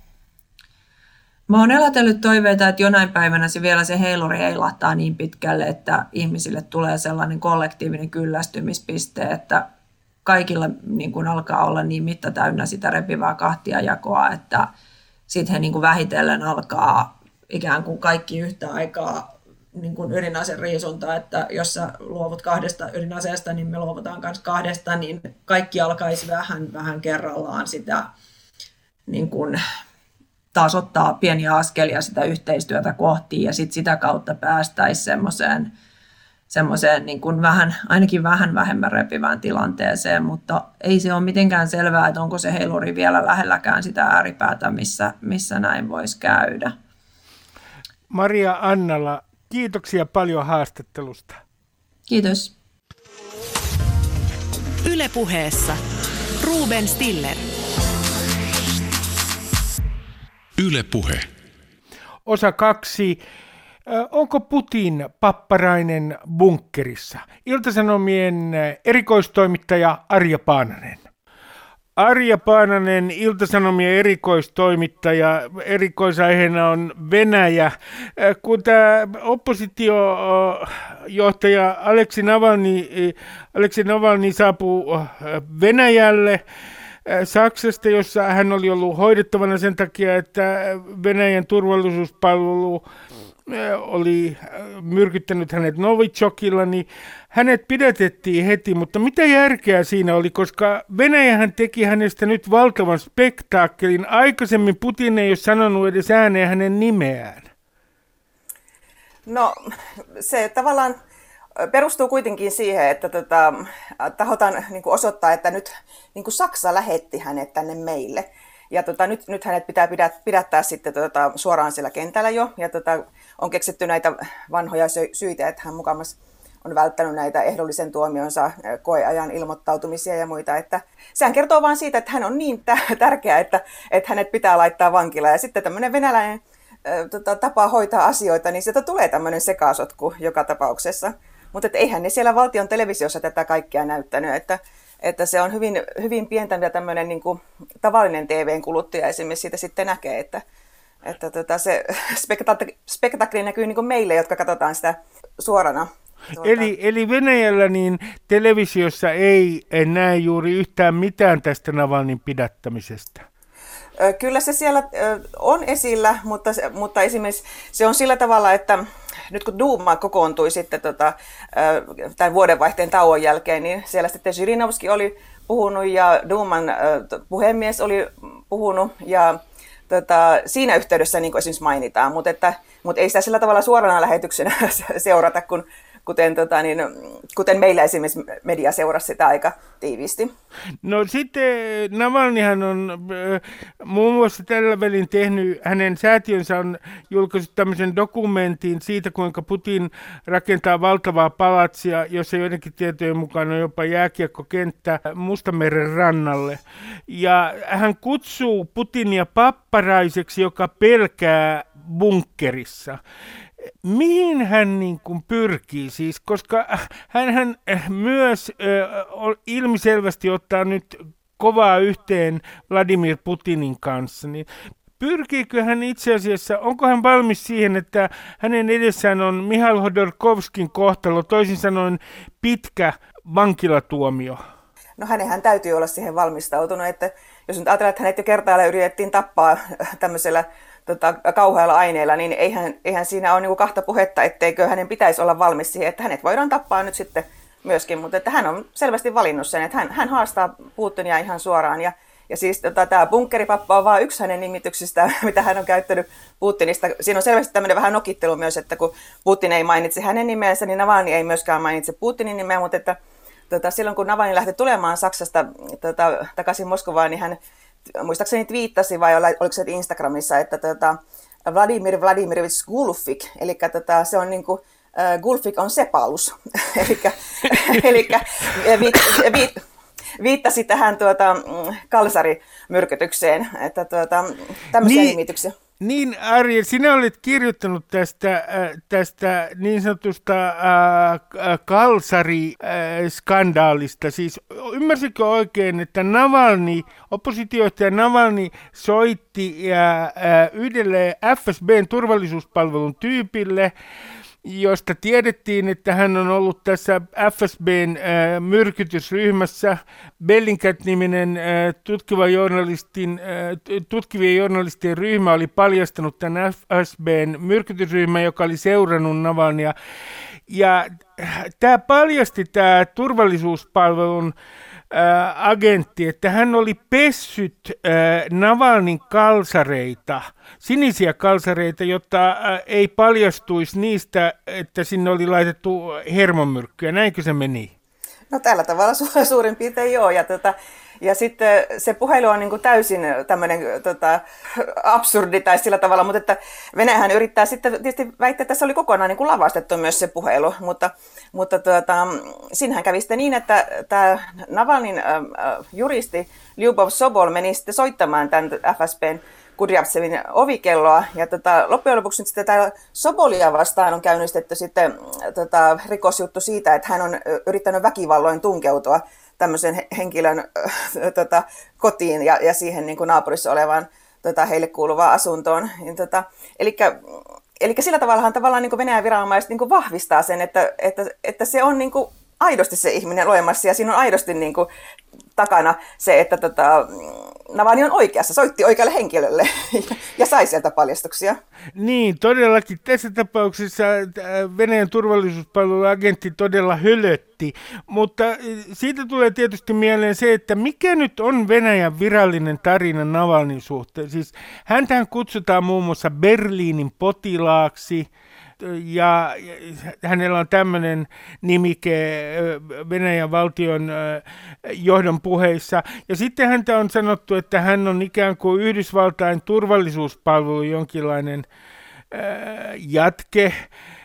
mä oon elätellyt toiveita, että jonain päivänä se vielä se heiluri heilahtaa niin pitkälle, että ihmisille tulee sellainen kollektiivinen kyllästymispiste, että kaikilla niin kuin alkaa olla niin mitta täynnä sitä repivää kahtiajakoa, että sitten he niin kuin vähitellen alkaa ikään kuin kaikki yhtä aikaa niin kuin ydinaseriisunta, että jos sä luovut kahdesta ydinaseesta, niin me luovutaan myös kahdesta, niin kaikki alkaisi vähän, vähän kerrallaan sitä niin kuin taas ottaa pieniä askelia sitä yhteistyötä kohti ja sit sitä kautta päästäisiin semmoiseen semmoiseen niin kuin vähän, ainakin vähän vähemmän repivään tilanteeseen, mutta ei se ole mitenkään selvää, että onko se heiluri vielä lähelläkään sitä ääripäätä, missä, missä näin voisi käydä. Maria-Annala, kiitoksia paljon haastattelusta. Kiitos. Yle Puheessa Ruben Stiller. Yle Puhe. Osa kaksi. Onko Putin papparainen bunkkerissa? Ilta-Sanomien erikoistoimittaja Arja Paananen. Arja Paananen, Ilta-Sanomien erikoistoimittaja, erikoisaiheena on Venäjä. Kun tämä oppositiojohtaja Aleksei Navalny, Aleksei Navalny saapuu Venäjälle Saksasta, jossa hän oli ollut hoidettavana sen takia, että Venäjän turvallisuuspalvelu oli myrkyttänyt hänet Novichokilla, niin hänet pidätettiin heti, mutta mitä järkeä siinä oli, koska Venäjähän teki hänestä nyt valtavan spektaakkelin. Aikaisemmin Putin ei ole sanonut edes ääneen hänen nimeään. No se tavallaan perustuu kuitenkin siihen, että tota, tahotaan niin kuin osoittaa, että nyt niin kuin Saksa lähetti hänet tänne meille. Ja tota, nyt, nyt hänet pitää pidät, pidättää sitten tota, suoraan siellä kentällä jo. Ja tota, on keksitty näitä vanhoja syitä, että hän mukamas on välttänyt näitä ehdollisen tuomionsa koeajan ilmoittautumisia ja muita. Että sehän kertoo vain siitä, että hän on niin tärkeä, että, että hänet pitää laittaa vankilaan. Ja sitten tämmöinen venäläinen äh, tota, tapa hoitaa asioita, niin sieltä tulee tämmöinen sekasotku joka tapauksessa. Mutta eihän ne siellä valtion televisiossa tätä kaikkea näyttänyt, että, että se on hyvin, hyvin pientä, mitä tämmöinen niin kuin tavallinen T V-kuluttaja esimerkiksi siitä sitten näkee, että, että tota, se spektakli näkyy niin kuin meille, jotka katsotaan sitä suorana. Tuota. Eli, eli Venäjällä niin televisiossa ei näe juuri yhtään mitään tästä Navalnin pidättämisestä? Kyllä se siellä on esillä, mutta, mutta esimerkiksi se on sillä tavalla, että nyt kun Duuma kokoontui sitten tota, tämän vuodenvaihteen tauon jälkeen, niin siellä sitten Žirinovski oli puhunut ja Duuman puhemies oli puhunut ja tota, siinä yhteydessä niin kuin esimerkiksi mainitaan, mutta, että, mutta ei sitä sillä tavalla suorana lähetyksenä seurata, kun Kuten, tota, niin, kuten meillä esimerkiksi media seurasi sitä aika tiiviisti. No sitten Navalnyhan on äh, muun muassa tällä välin tehnyt, hänen säätiönsä on julkaissut tämmöisen dokumentin siitä, kuinka Putin rakentaa valtavaa palatsia, jossa joidenkin tietojen mukaan on jopa jääkiekkokenttä Mustameren rannalle. Ja hän kutsuu Putinia papparaiseksi, joka pelkää bunkkerissa. Mihin hän niin kuin pyrkii siis, koska hän myös äh, ilmiselvästi ottaa nyt kovaa yhteen Vladimir Putinin kanssa, niin pyrkiikö hän itse asiassa, onko hän valmis siihen, että hänen edessään on Mihail Hodorkovskin kohtalo, toisin sanoen pitkä vankilatuomio? No hänenhän täytyy olla siihen valmistautunut, että jos nyt ajatellaan, että hänet jo kertaalleen yritettiin tappaa tämmöisellä Tota, kauhealla aineella, niin eihän, eihän siinä ole niinku kahta puhetta, etteikö hänen pitäisi olla valmis siihen, että hänet voidaan tappaa nyt sitten myöskin, mutta että hän on selvästi valinnut sen, että hän, hän haastaa Putinia ihan suoraan. Ja, ja siis tota, tämä bunkkeripappa on vain yksi hänen nimityksistä, mitä hän on käyttänyt Putinista. Siinä on selvästi tämmöinen vähän nokittelu myös, että kun Putin ei mainitse hänen nimeensä, niin Navalny ei myöskään mainitse Putinin nimeä, mutta että tota, silloin kun Navalny lähti tulemaan Saksasta tota, takaisin Moskovaan, niin hän muistaakseni twiittasi vai oliko se Instagramissa, että tota, Vladimir Vladimirovich Gulfik, eli tota, se on niin kuin, äh, Gulfik on sepalus, eli viit, viit, viittasi tähän tuota, kalsarimyrkytykseen, että tuota, tämmöisiä niin, nimityksiä. Niin, Arje, sinä olet kirjoittanut tästä, äh, tästä niin sanotusta äh, kalsariskandaalista. Siis ymmärsikö oikein, että Navalny, oppositiojohtaja Navalny soitti äh, äh, yhdelle F S B:n turvallisuuspalvelun tyypille, josta tiedettiin, että hän on ollut tässä F S B:n äh, myrkytysryhmässä. Bellingcat-niminen äh, tutkiva journalistin, äh, tutkivien journalistien ryhmä oli paljastanut tämän F S B:n myrkytysryhmän, joka oli seurannut Navalnya. Ja äh, tämä paljasti tämä turvallisuuspalvelun Äh, agentti, että hän oli pessyt äh, Navalnin kalsareita, sinisiä kalsareita, jotta äh, ei paljastuisi niistä, että sinne oli laitettu hermomyrkkyä. Näinkö se meni? No tällä tavalla su- suurin piirtein joo. Ja, tota, ja sitten se puhelu on niin kuin täysin tämmöinen tota, absurdi tai sillä tavalla, mutta että Venäjähän yrittää sitten tietysti väittää, että se oli kokonaan niin kuin lavastettu myös se puhelu, mutta, mutta tuota, siinähän kävi sitten niin, että tämä Navalnin äh, juristi Lyubov Sobol meni sitten soittamaan tämän F S B:n Kudryavtsevin ovikelloa, ja tota, loppujen lopuksi nyt sitten täällä Sobolia vastaan on käynnistetty sitten tota, rikosjuttu siitä, että hän on yrittänyt väkivalloin tunkeutua tämmöisen henkilön äh, tota, kotiin ja, ja siihen niin kuin naapurissa olevaan tota, heille kuuluvaan asuntoon. Niin, tota, elikkä, elikkä sillä tavallahan tavallaan niin kuin Venäjän viranomaiset niin kuin vahvistaa sen, että, että, että se on niin kuin aidosti se ihminen olemassa ja siinä on aidosti niin kuin takana se, että tota, Navalny on oikeassa, soitti oikealle henkilölle ja, ja sai sieltä paljastuksia. Niin, todellakin. Tässä tapauksessa Venäjän turvallisuuspalveluagentti todella hölötti, mutta siitä tulee tietysti mieleen se, että mikä nyt on Venäjän virallinen tarina Navalnyn suhteen. Siis häntähän kutsutaan muun muassa Berliinin potilaaksi, ja hänellä on tämmöinen nimike Venäjän valtion johdon puheissa. Ja sitten häntä on sanottu, että hän on ikään kuin Yhdysvaltain turvallisuuspalvelu, jonkinlainen jatke.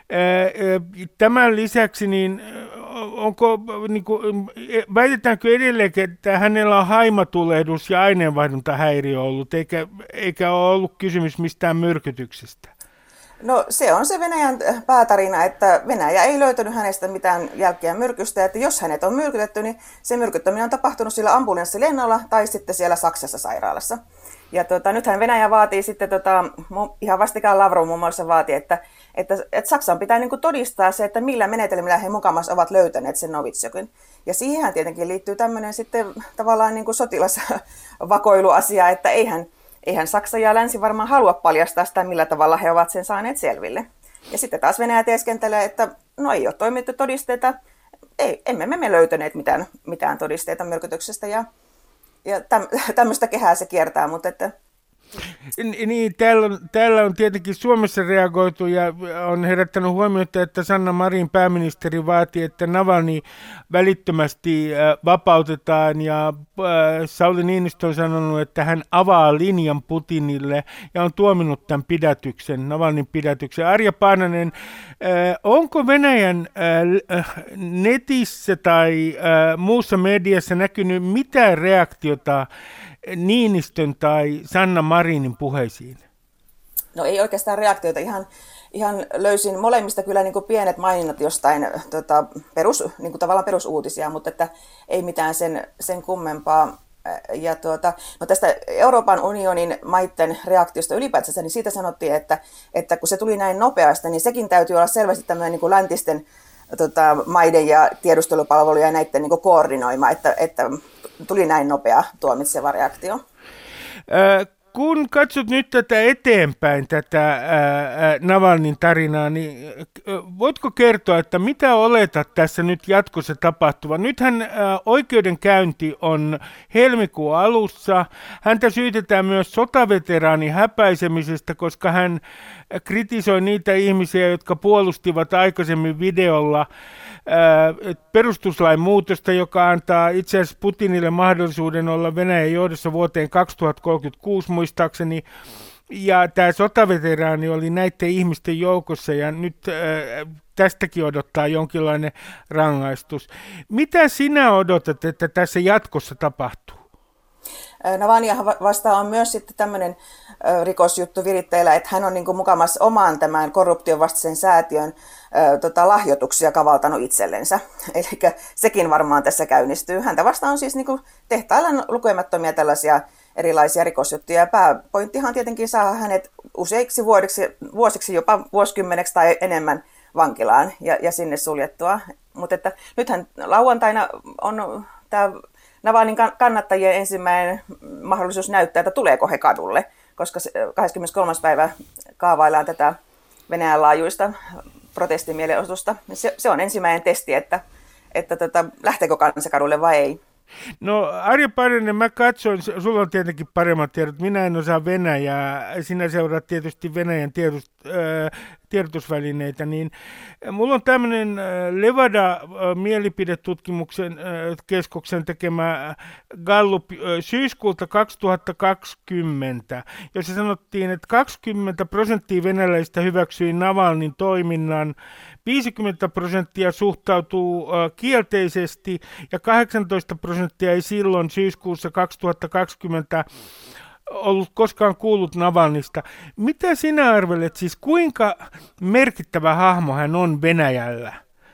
Tämän lisäksi niin onko, niin kuin, väitetäänkö edelleen, että hänellä on haimatulehdus ja aineenvaihduntahäiriö ollut, eikä, eikä ole ollut kysymys mistään myrkytyksestä? No se on se Venäjän päätarina, että Venäjä ei löytänyt hänestä mitään jälkeä myrkystä, että jos hänet on myrkytetty, niin se myrkyttäminen on tapahtunut sillä ambulanssilennolla tai sitten siellä Saksassa sairaalassa. Ja tuota, nythän Venäjä vaatii sitten, tota, ihan vastikään Lavrov muun muassa vaatii, että, että, että Saksan pitää niin kuin todistaa se, että millä menetelmillä he mukamassa ovat löytäneet sen Novitskokin. Ja siihen tietenkin liittyy tämmöinen sitten tavallaan niin kuin sotilasvakoiluasia, että eihän, eihän Saksa ja Länsi varmaan halua paljastaa sitä, millä tavalla he ovat sen saaneet selville. Ja sitten taas Venäjä teeskentelee, että no ei ole toimittu todisteita, ei, emme me löytäneet mitään, mitään todisteita myrkytyksestä ja Ja tämmöistä kehää se kiertää, mutta että... Niin, täällä on, täällä on tietenkin Suomessa reagoitu ja on herättänyt huomiota, että Sanna Marin pääministeri vaati, että Navalny välittömästi vapautetaan ja Sauli Niinistö on sanonut, että hän avaa linjan Putinille ja on tuominut tämän pidätyksen, Navalnyn pidätyksen. Arja Paananen, onko Venäjän netissä tai muussa mediassa näkynyt mitään reaktiota Niinistön tai Sanna Marinin puheisiin? No ei oikeastaan reaktioita, ihan, ihan löysin molemmista kyllä niin kuin pienet maininnat jostain tota, perus, niin kuin tavallaan perusuutisia, mutta että ei mitään sen, sen kummempaa. Ja tuota, no tästä Euroopan unionin maiden reaktiosta ylipäätänsä, niin siitä sanottiin, että, että kun se tuli näin nopeasti, niin sekin täytyy olla selvästi tämmöinen niin kuin läntisten tota, maiden ja tiedustelupalveluja ja näiden niin kuin koordinoima, että, että tuli näin nopea tuomitseva reaktio. Äh, kun katsot nyt tätä eteenpäin, tätä ää, Navalnyn tarinaa, niin voitko kertoa, että mitä oletat tässä nyt jatkossa tapahtuvan? Nythän ää, oikeudenkäynti on helmikuun alussa. Häntä syytetään myös sotaveteraanin häpäisemisestä, koska hän kritisoi niitä ihmisiä, jotka puolustivat aikaisemmin videolla perustuslain muutosta, joka antaa itse asiassa Putinille mahdollisuuden olla Venäjän johdossa vuoteen kaksituhattakolmekymmentäkuusi muistaakseni, ja tämä sotaveteraani oli näiden ihmisten joukossa, ja nyt äh, tästäkin odottaa jonkinlainen rangaistus. Mitä sinä odotat, että tässä jatkossa tapahtuu? Navalnya vastaan on myös sitten tämmöinen rikosjuttu viritteillä, että hän on niin kuin mukamassa oman tämän korruption vastaisen säätiön ä, tota, lahjoituksia kavaltanut itsellensä. Eli sekin varmaan tässä käynnistyy. Häntä vastaan on siis niin kuin tehtaillaan lukemattomia tällaisia erilaisia rikosjuttuja. Ja pääpointtihan on tietenkin saada hänet useiksi vuodiksi, vuosiksi, jopa vuosikymmeneksi tai enemmän vankilaan ja, ja sinne suljettua. Mutta että nythän lauantaina on tämä Navalnyn kannattajien ensimmäinen mahdollisuus näyttää, että tuleeko he kadulle, koska kahdeskymmeneskolmas päivä kaavaillaan tätä Venäjän laajuista protestimielenosoitusta. Se, se on ensimmäinen testi, että, että tota, lähteekö kansa kadulle vai ei. No Arja Paananen, mä katsoin, sulla on tietenkin paremmat tiedot, minä en osaa Venäjää, sinä seuraat tietysti Venäjän tiedust, äh, tiedotusvälineitä, niin mulla on tämmöinen äh, Levada-mielipidetutkimuksen äh, keskuksen tekemä Gallup äh, syyskuulta kaksituhattakaksikymmentä, jossa sanottiin, että kaksikymmentä prosenttia venäläisistä hyväksyi Navalnyn toiminnan, viisikymmentä prosenttia suhtautuu äh, kielteisesti ja kahdeksantoista prosenttia ei silloin syyskuussa kaksituhattakaksikymmentä ollut koskaan kuullut Navalnysta. Mitä sinä arvelet, siis kuinka merkittävä hahmo hän on Venäjällä?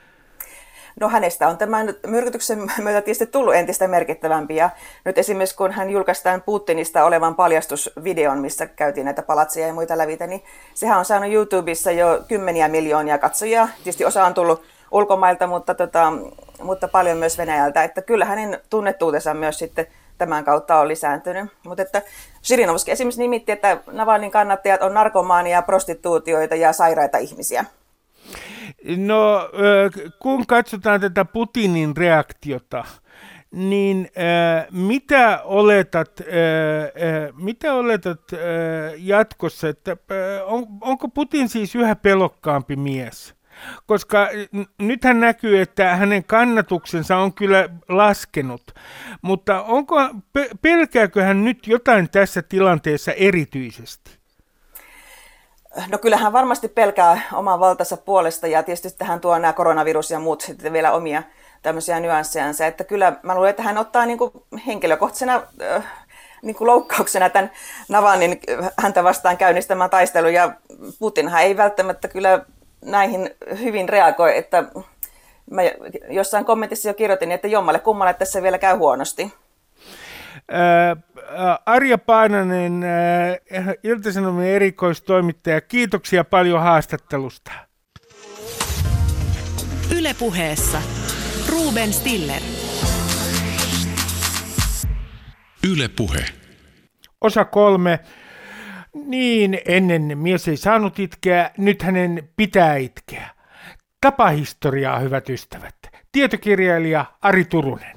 No hänestä on tämän myrkytyksen myötä tietysti tullut entistä merkittävämpi ja nyt esimerkiksi kun hän julkaistaan Putinista olevan paljastusvideon, missä käytiin näitä palatseja ja muita lävitä, niin sehän on saanut YouTubessa jo kymmeniä miljoonia katsojia. Tietysti osa on tullut ulkomailta, mutta, tota, mutta paljon myös Venäjältä, että kyllä hänen tunnettuutensa myös sitten tämän kautta on lisääntynyt. Mutta että Žirinovski esimerkiksi nimitti, että Navalnyn kannattajat on narkomaania, prostituutioita ja sairaita ihmisiä. No, kun katsotaan tätä Putinin reaktiota, niin äh, mitä oletat, äh, äh, mitä oletat äh, jatkossa, että äh, on, onko Putin siis yhä pelokkaampi mies? Koska n- nythän näkyy, että hänen kannatuksensa on kyllä laskenut, mutta onko, pe- pelkääkö hän nyt jotain tässä tilanteessa erityisesti? No kyllähän varmasti pelkää oman valtansa puolesta ja tietysti tähän tuo nämä koronavirus ja muut sitten vielä omia tämmöisiä nyanssejansa, että kyllä mä luulen, että hän ottaa niin kuin henkilökohtaisena äh, niin kuin loukkauksena tämän Navalnyin häntä vastaan käynnistämään taistelun ja Putinhan ei välttämättä kyllä näihin hyvin reagoi, että mä jossain kommentissa jo kirjoitin, että jommalle kummalle tässä vielä käy huonosti. Arja Paananen, Ilta-Sanomien erikoistoimittaja, kiitoksia paljon haastattelusta. Yle Puheessa Ruben Stiller. Yle Puhe. Osa kolme. Niin, ennen mies ei saanut itkeä, nyt hänen pitää itkeä. Tapahistoriaa, hyvät ystävät. Tietokirjailija Ari Turunen.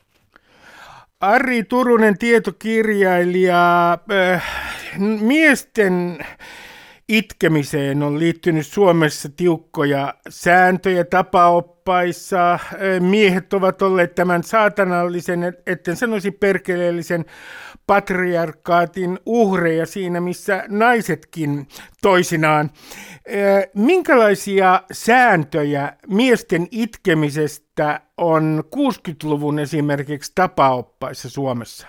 Ari Turunen, tietokirjailija. Äh, miesten itkemiseen on liittynyt Suomessa tiukkoja sääntöjä tapaoppaissa. Äh, miehet ovat olleet tämän saatanallisen, etten sanoisi perkeleellisen patriarkaatin uhreja siinä, missä naisetkin toisinaan. Äh, minkälaisia sääntöjä miesten itkemisestä on kuusikymmentäluvun esimerkiksi tapaoppaissa Suomessa?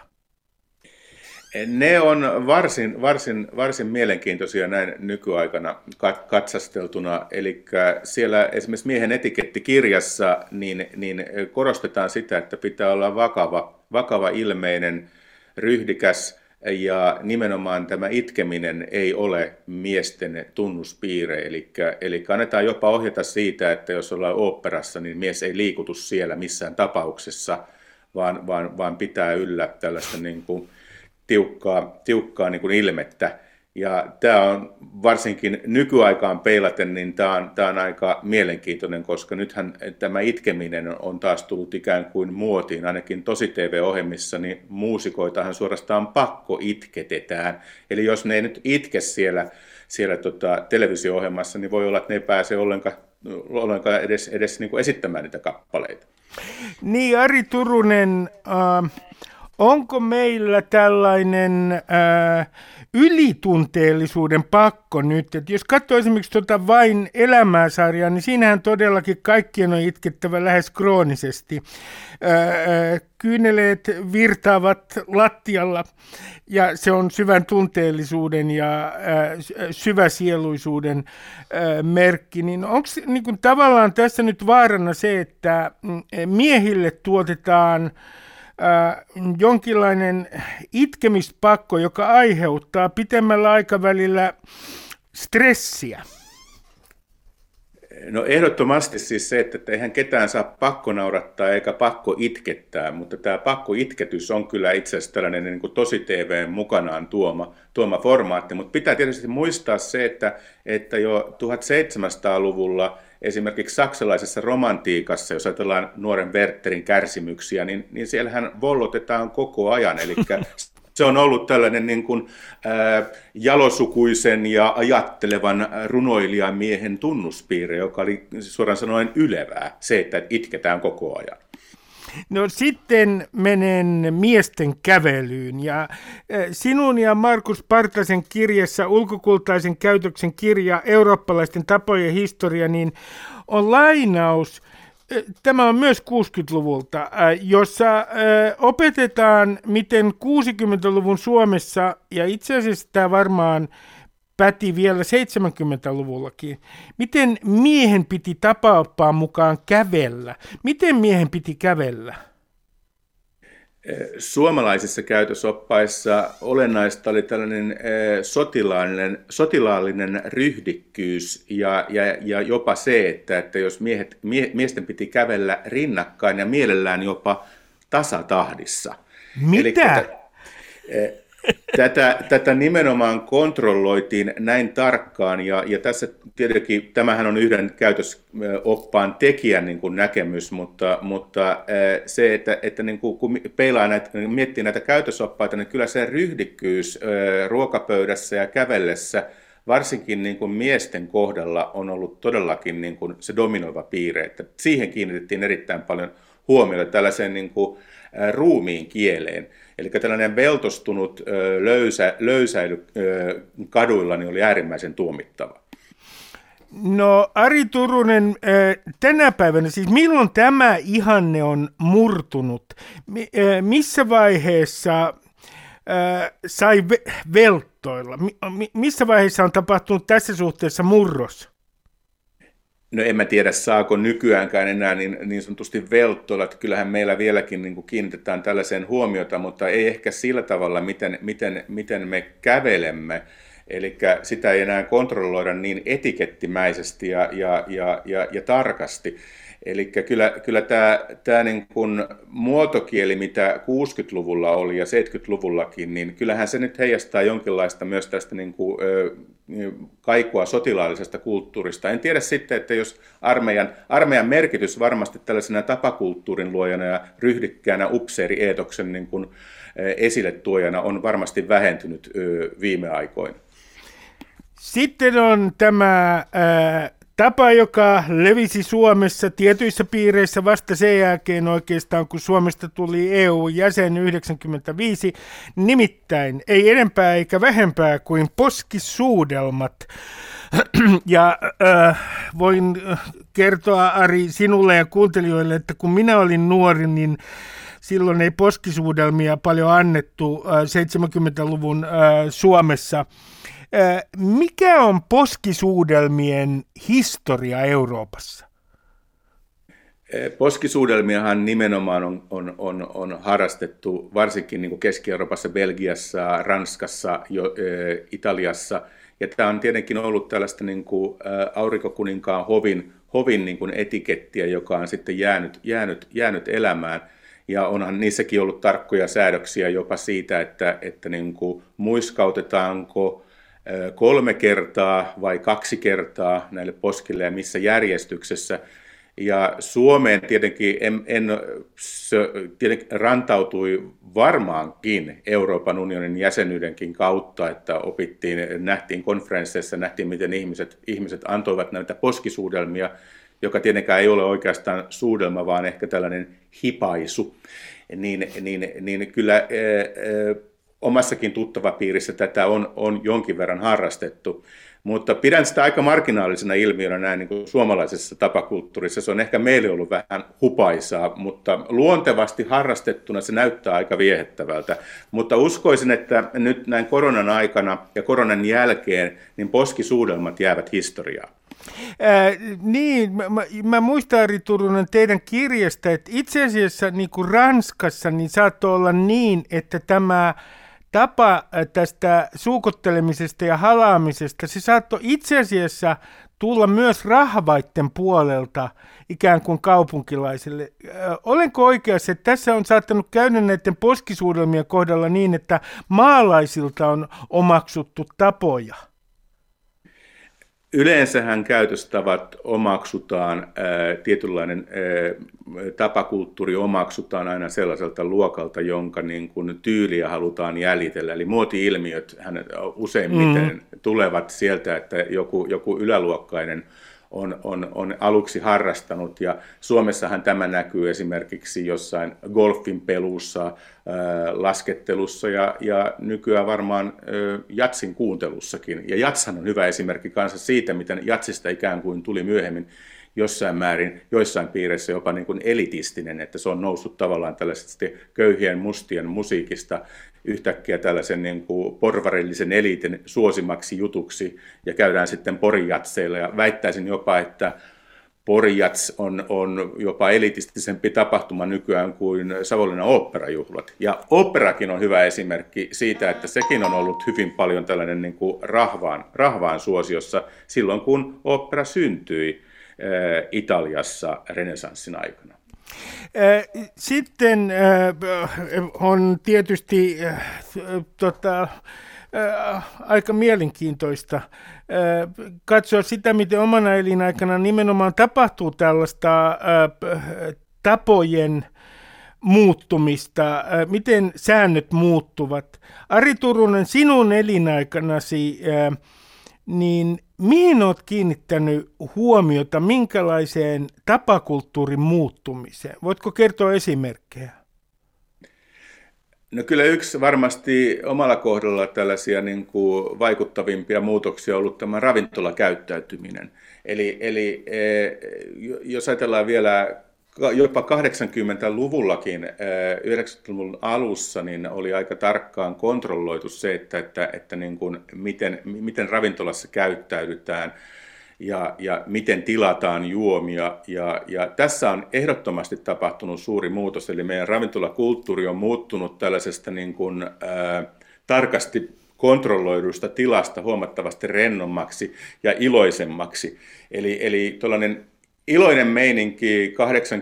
Ne on varsin, varsin, varsin mielenkiintoisia näin nykyaikana katsasteltuna. Eli siellä esimerkiksi miehen etikettikirjassa niin, niin korostetaan sitä, että pitää olla vakava, vakava ilmeinen, ryhdikäs ja nimenomaan tämä itkeminen ei ole miesten tunnuspiirre. Eli, eli annetaan jopa ohjata siitä, että jos ollaan oopperassa, niin mies ei liikutu siellä missään tapauksessa, vaan, vaan, vaan pitää yllä tällaista niin kuin tiukkaa, tiukkaa niin kuin ilmettä. Ja tämä on varsinkin nykyaikaan peilaten, niin tämä on, tämä on aika mielenkiintoinen, koska nythän tämä itkeminen on taas tullut ikään kuin muotiin, ainakin tosi T V-ohjelmissa, niin muusikoitahan suorastaan pakko itketetään. Eli jos ne ei nyt itke siellä, siellä tota, televisio-ohjelmassa, niin voi olla, että ne ei pääse ollenkaan, ollenkaan edes, edes niin kuin esittämään niitä kappaleita. Niin, Ari Turunen, äh, onko meillä tällainen äh, ylitunteellisuuden pakko nyt? Et jos katsoo esimerkiksi tuota Vain elämää-sarjaa, niin siinähän todellakin kaikkien on itkettävä lähes kroonisesti. Äh, kyyneleet virtaavat lattialla ja se on syvän tunteellisuuden ja äh, syväsieluisuuden äh, merkki. Niin onko niin kuin tavallaan tässä nyt vaarana se, että miehille tuotetaan Äh, jonkinlainen itkemispakko, joka aiheuttaa pitemmällä aikavälillä stressiä? No ehdottomasti siis se, että eihän ketään saa pakko naurattaa eikä pakko itkettää, mutta tämä pakko itketys on kyllä itse asiassa tällainen niin kuin tosi T V:n mukanaan tuoma, tuoma formaatti, mutta pitää tietysti muistaa se, että, että jo tuhatseitsemänsataaluvulla esimerkiksi saksalaisessa romantiikassa, jos ajatellaan nuoren Wertherin kärsimyksiä, niin, niin siellähän vollotetaan koko ajan, eli se on ollut tällainen niin kuin, ää, jalosukuisen ja ajattelevan runoilijamiehen tunnuspiirre, joka oli suoraan sanoen ylevää, se, että itketään koko ajan. No sitten menen miesten kävelyyn ja sinun ja Markus Partasen kirjassa Ulkokultaisen käytöksen kirja Eurooppalaisten tapojen historia, niin on lainaus, tämä on myös kuusikymmentäluvulta, jossa opetetaan, miten kuusikymmentäluvun Suomessa, ja itse asiassa tämä varmaan päti vielä seitsemänkymmentäluvullakin, miten miehen piti tapaoppaan mukaan kävellä? Miten miehen piti kävellä? Suomalaisissa käytösoppaissa olennaista oli tällainen sotilaallinen, sotilaallinen ryhdikkyys ja, ja, ja jopa se, että, että jos miehet, mie, miesten piti kävellä rinnakkain ja mielellään jopa tasatahdissa. Mitä? Eli, Tätä, tätä nimenomaan kontrolloitiin näin tarkkaan, ja, ja tässä tietenkin, tämähän on yhden käytösoppaan tekijän niin kuin näkemys, mutta, mutta se, että, että niin kuin, kun peilaa näitä, miettii näitä käytösoppaita, niin kyllä se ryhdikkyys ruokapöydässä ja kävellessä, varsinkin niin kuin miesten kohdalla, on ollut todellakin niin kuin se dominoiva piirre, että siihen kiinnitettiin erittäin paljon huomiota tällaiseen niin kuin ruumiin kieleen. Eli tällainen veltostunut löysä, löysäily kaduilla niin oli äärimmäisen tuomittava. No Ari Turunen, tänä päivänä, siis milloin tämä ihanne on murtunut? Missä vaiheessa sai velttoilla? Missä vaiheessa on tapahtunut tässä suhteessa murros? No en mä tiedä, saako nykyäänkään enää niin, niin sanotusti velttoilla, että kyllähän meillä vieläkin niin kuin kiinnitetään tällaiseen huomiota, mutta ei ehkä sillä tavalla, miten, miten, miten me kävelemme. Eli sitä ei enää kontrolloida niin etikettimäisesti ja, ja, ja, ja, ja tarkasti. Eli kyllä, kyllä tämä, tämä niin kuin muotokieli, mitä kuusikymmentäluvulla oli ja seitsemänkymmentäluvullakin, niin kyllähän se nyt heijastaa jonkinlaista myös tästä niin kuin, ö, kaikua sotilaallisesta kulttuurista. En tiedä sitten, että jos armeijan, armeijan merkitys varmasti tällaisena tapakulttuurin luojana ja ryhdikkäänä upseeri-eetoksen niin kuin, esille tuojana on varmasti vähentynyt ö, viime aikoina. Sitten on tämä ää, tapa, joka levisi Suomessa tietyissä piireissä vasta sen jälkeen oikeastaan, kun Suomesta tuli E U-jäsen yhdeksänkymmentäviisi, nimittäin ei enempää eikä vähempää kuin poskisuudelmat. Ja äh, voin kertoa, Ari, sinulle ja kuuntelijoille, että kun minä olin nuori, niin silloin ei poskisuudelmia paljon annettu äh, seitsemänkymmentäluvun äh, Suomessa. Mikä on poskisuudelmien historia Euroopassa? Poskisuudelmiahan nimenomaan on, on, on, on harrastettu varsinkin niin kuin Keski-Euroopassa, Belgiassa, Ranskassa, jo, ä, Italiassa. Ja tämä on tietenkin ollut tällaista niin kuin, ä, aurinkokuninkaan hovin, hovin niin kuin etikettiä, joka on sitten jäänyt, jäänyt, jäänyt elämään. Ja onhan niissäkin ollut tarkkoja säädöksiä jopa siitä, että, että niin kuin muiskautetaanko kolme kertaa vai kaksi kertaa näille poskille ja missä järjestyksessä. Ja Suomeen tietenkin, en, en, se tietenkin rantautui varmaankin Euroopan unionin jäsenyydenkin kautta, että opittiin, nähtiin konferensseissa, nähtiin miten ihmiset, ihmiset antoivat näitä poskisuudelmia, joka tietenkään ei ole oikeastaan suudelma, vaan ehkä tällainen hipaisu. Niin, niin, niin kyllä ää, omassakin tuttavapiirissä tätä on, on jonkin verran harrastettu, mutta pidän sitä aika marginaalisena ilmiönä näin niin kuin suomalaisessa tapakulttuurissa. Se on ehkä meille ollut vähän hupaisaa, mutta luontevasti harrastettuna se näyttää aika viehättävältä. Mutta uskoisin, että nyt näin koronan aikana ja koronan jälkeen niin poskisuudelmat jäävät historiaan. Ää, niin, mä, mä, mä muistan, Ari Turunen, teidän kirjasta, että itse asiassa niin kuin Ranskassa niin saattoi olla niin, että tämä tapa tästä suukottelemisesta ja halaamisesta, se saattoi itse asiassa tulla myös rahvaitten puolelta ikään kuin kaupunkilaisille. Olenko oikeassa, että tässä on saattanut käydä näiden poskisuudelmien kohdalla niin, että maalaisilta on omaksuttu tapoja? Yleensähän käytöstavat omaksutaan, ää, tietynlainen ää, tapakulttuuri omaksutaan aina sellaiselta luokalta, jonka niin kuin tyyliä halutaan jäljitellä. Eli muoti-ilmiöt useimmiten mm. tulevat sieltä, että joku, joku yläluokkainen on, on, on aluksi harrastanut, ja Suomessahan tämä näkyy esimerkiksi jossain golfin pelussa, ää, laskettelussa ja, ja nykyään varmaan ää, jatsin kuuntelussakin. Ja jatshan on hyvä esimerkki kanssa siitä, miten jatsista ikään kuin tuli myöhemmin jossain määrin, joissain piireissä jopa niin kuin elitistinen, että se on noussut tavallaan tällaisesta köyhien mustien musiikista yhtäkkiä tällaisen niin kuin porvarillisen eliitin suosimaksi jutuksi, ja käydään sitten porijatseilla, ja väittäisin jopa, että porijats on, on jopa elitistisempi tapahtuma nykyään kuin Savonlinnan oopperajuhlat. Ja oopperakin on hyvä esimerkki siitä, että sekin on ollut hyvin paljon tällainen niin kuin rahvaan, rahvaan suosiossa silloin, kun ooppera syntyi Italiassa renesanssin aikana. Sitten on tietysti tota, aika mielenkiintoista katsoa sitä, miten omana elinaikana nimenomaan tapahtuu tällaista tapojen muuttumista, miten säännöt muuttuvat. Ari Turunen, sinun elinaikanasi, niin mihin olet kiinnittänyt huomiota, minkälaiseen tapakulttuurin muuttumiseen? Voitko kertoa esimerkkejä? No kyllä yksi varmasti omalla kohdalla tällaisia niin kuin vaikuttavimpia muutoksia on ollut tämä ravintolakäyttäytyminen. Eli, eli jos ajatellaan vielä jopa kahdeksankymmentäluvullakin, yhdeksänkymmentäluvun alussa, niin oli aika tarkkaan kontrolloitu se, että, että, että niin kuin miten, miten ravintolassa käyttäydytään ja, ja miten tilataan juomia. Ja, ja tässä on ehdottomasti tapahtunut suuri muutos, eli meidän ravintolakulttuuri on muuttunut tällaisesta niin kuin, ää, tarkasti kontrolloidusta tilasta huomattavasti rennommaksi ja iloisemmaksi. Eli, eli tuollainen iloinen meininki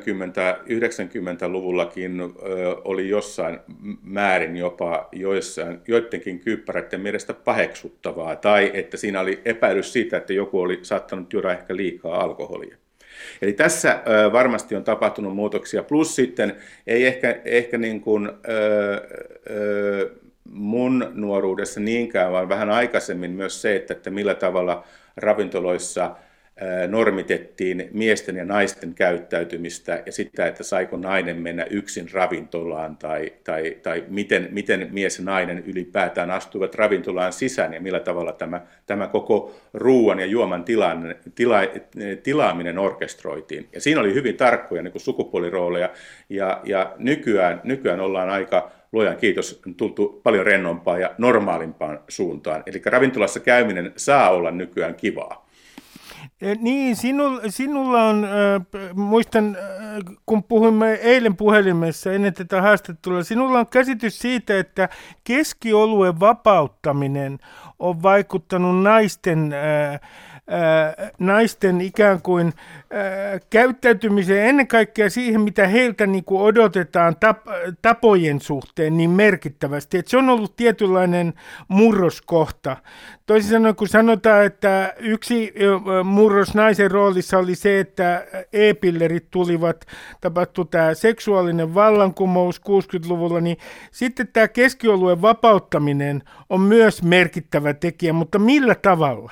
kahdeksankymmentä-yhdeksänkymmentäluvullakin ö, oli jossain määrin jopa joissain, joidenkin kyppäräiden mielestä paheksuttavaa, tai että siinä oli epäilys siitä, että joku oli saattanut juoda ehkä liikaa alkoholia. Eli tässä ö, varmasti on tapahtunut muutoksia, plus sitten ei ehkä, ehkä niin kuin, ö, ö, mun nuoruudessa niinkään, vaan vähän aikaisemmin myös se, että, että millä tavalla ravintoloissa normitettiin miesten ja naisten käyttäytymistä ja sitä, että saiko nainen mennä yksin ravintolaan tai, tai, tai miten, miten mies ja nainen ylipäätään astuivat ravintolaan sisään ja millä tavalla tämä, tämä koko ruuan ja juoman tilaan, tila, tilaaminen orkestroitiin. Ja siinä oli hyvin tarkkoja niin kuin sukupuolirooleja ja, ja nykyään, nykyään ollaan aika luojan kiitos tultu paljon rennompaan ja normaalimpaan suuntaan. Eli ravintolassa käyminen saa olla nykyään kivaa. Niin, sinulla, sinulla on, äh, muistan, äh, kun puhuimme eilen puhelimessa ennen tätä haastattelua, sinulla on käsitys siitä, että keskioluen vapauttaminen on vaikuttanut naisten, äh, äh, naisten ikään kuin äh, käyttäytymiseen, ennen kaikkea siihen, mitä heiltä niin kuin odotetaan tap, tapojen suhteen niin merkittävästi. Että se on ollut tietynlainen murroskohta. Toisin sanoen, kun sanotaan, että yksi murros naisen roolissa oli se, että e-pillerit tulivat, tapahtui tämä seksuaalinen vallankumous kuusikymmentäluvulla, niin sitten tämä keskioluen vapauttaminen on myös merkittävä tekijä, mutta millä tavalla?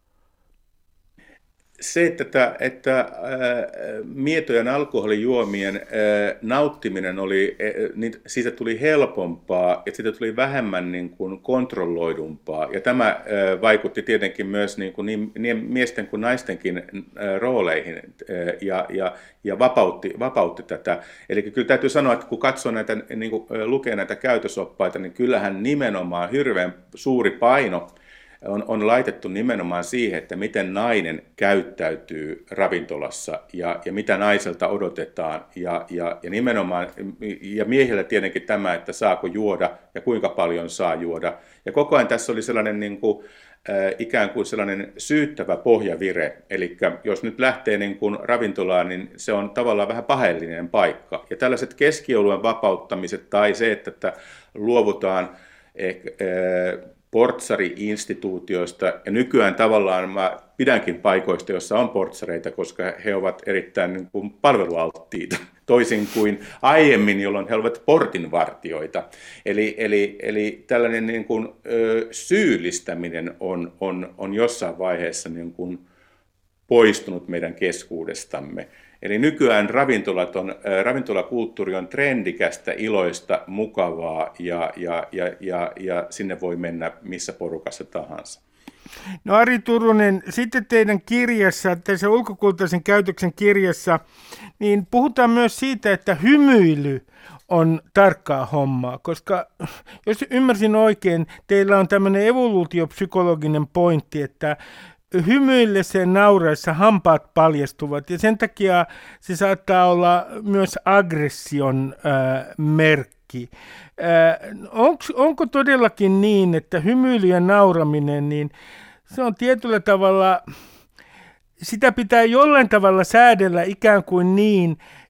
Se, että, että ää, mietojen alkoholijuomien ää, nauttiminen oli, ää, niin siitä tuli helpompaa ja siitä tuli vähemmän niin kuin kontrolloidumpaa. Ja tämä ää, vaikutti tietenkin myös niin, kuin niin, niin miesten kuin naistenkin ää, rooleihin ää, ja, ja, ja vapautti, vapautti tätä. Eli kyllä täytyy sanoa, että kun katsoo näitä, niin kuin, lukee näitä käytösoppaita, niin kyllähän nimenomaan hirveän suuri paino On, on laitettu nimenomaan siihen, että miten nainen käyttäytyy ravintolassa ja, ja mitä naiselta odotetaan. Ja, ja, ja nimenomaan, ja miehillä tietenkin tämä, että saako juoda ja kuinka paljon saa juoda. Ja koko ajan tässä oli sellainen niin kuin, äh, ikään kuin sellainen syyttävä pohjavire. Eli jos nyt lähtee niin kuin ravintolaan, niin se on tavallaan vähän paheellinen paikka. Ja tällaiset keskioluen vapauttamiset tai se, että, että luovutaan ehkä, äh, portsari-instituutioista, ja nykyään tavallaan mä pidänkin paikoista, joissa on portsareita, koska he ovat erittäin niin kuin palvelualttiita, toisin kuin aiemmin, jolloin he ovat portinvartijoita. Eli, eli, eli tällainen niin kuin, ö, syyllistäminen on, on, on jossain vaiheessa niin kuin poistunut meidän keskuudestamme. Eli nykyään ravintolat on, äh, ravintolakulttuuri on trendikästä, iloista, mukavaa ja, ja, ja, ja, ja sinne voi mennä missä porukassa tahansa. No Ari Turunen, sitten teidän kirjassa, tässä ulkokultaisen käytöksen kirjassa, niin puhutaan myös siitä, että hymyily on tarkkaa hommaa, koska jos ymmärsin oikein, teillä on tämmöinen evoluutiopsykologinen pointti, että hymyilleseen nauraessa hampaat paljastuvat ja sen takia se saattaa olla myös aggression äh, merkki. Äh, onko, onko todellakin niin, että hymyily ja nauraminen, niin se on tietyllä tavalla, sitä pitää jollain tavalla säädellä ikään kuin niin,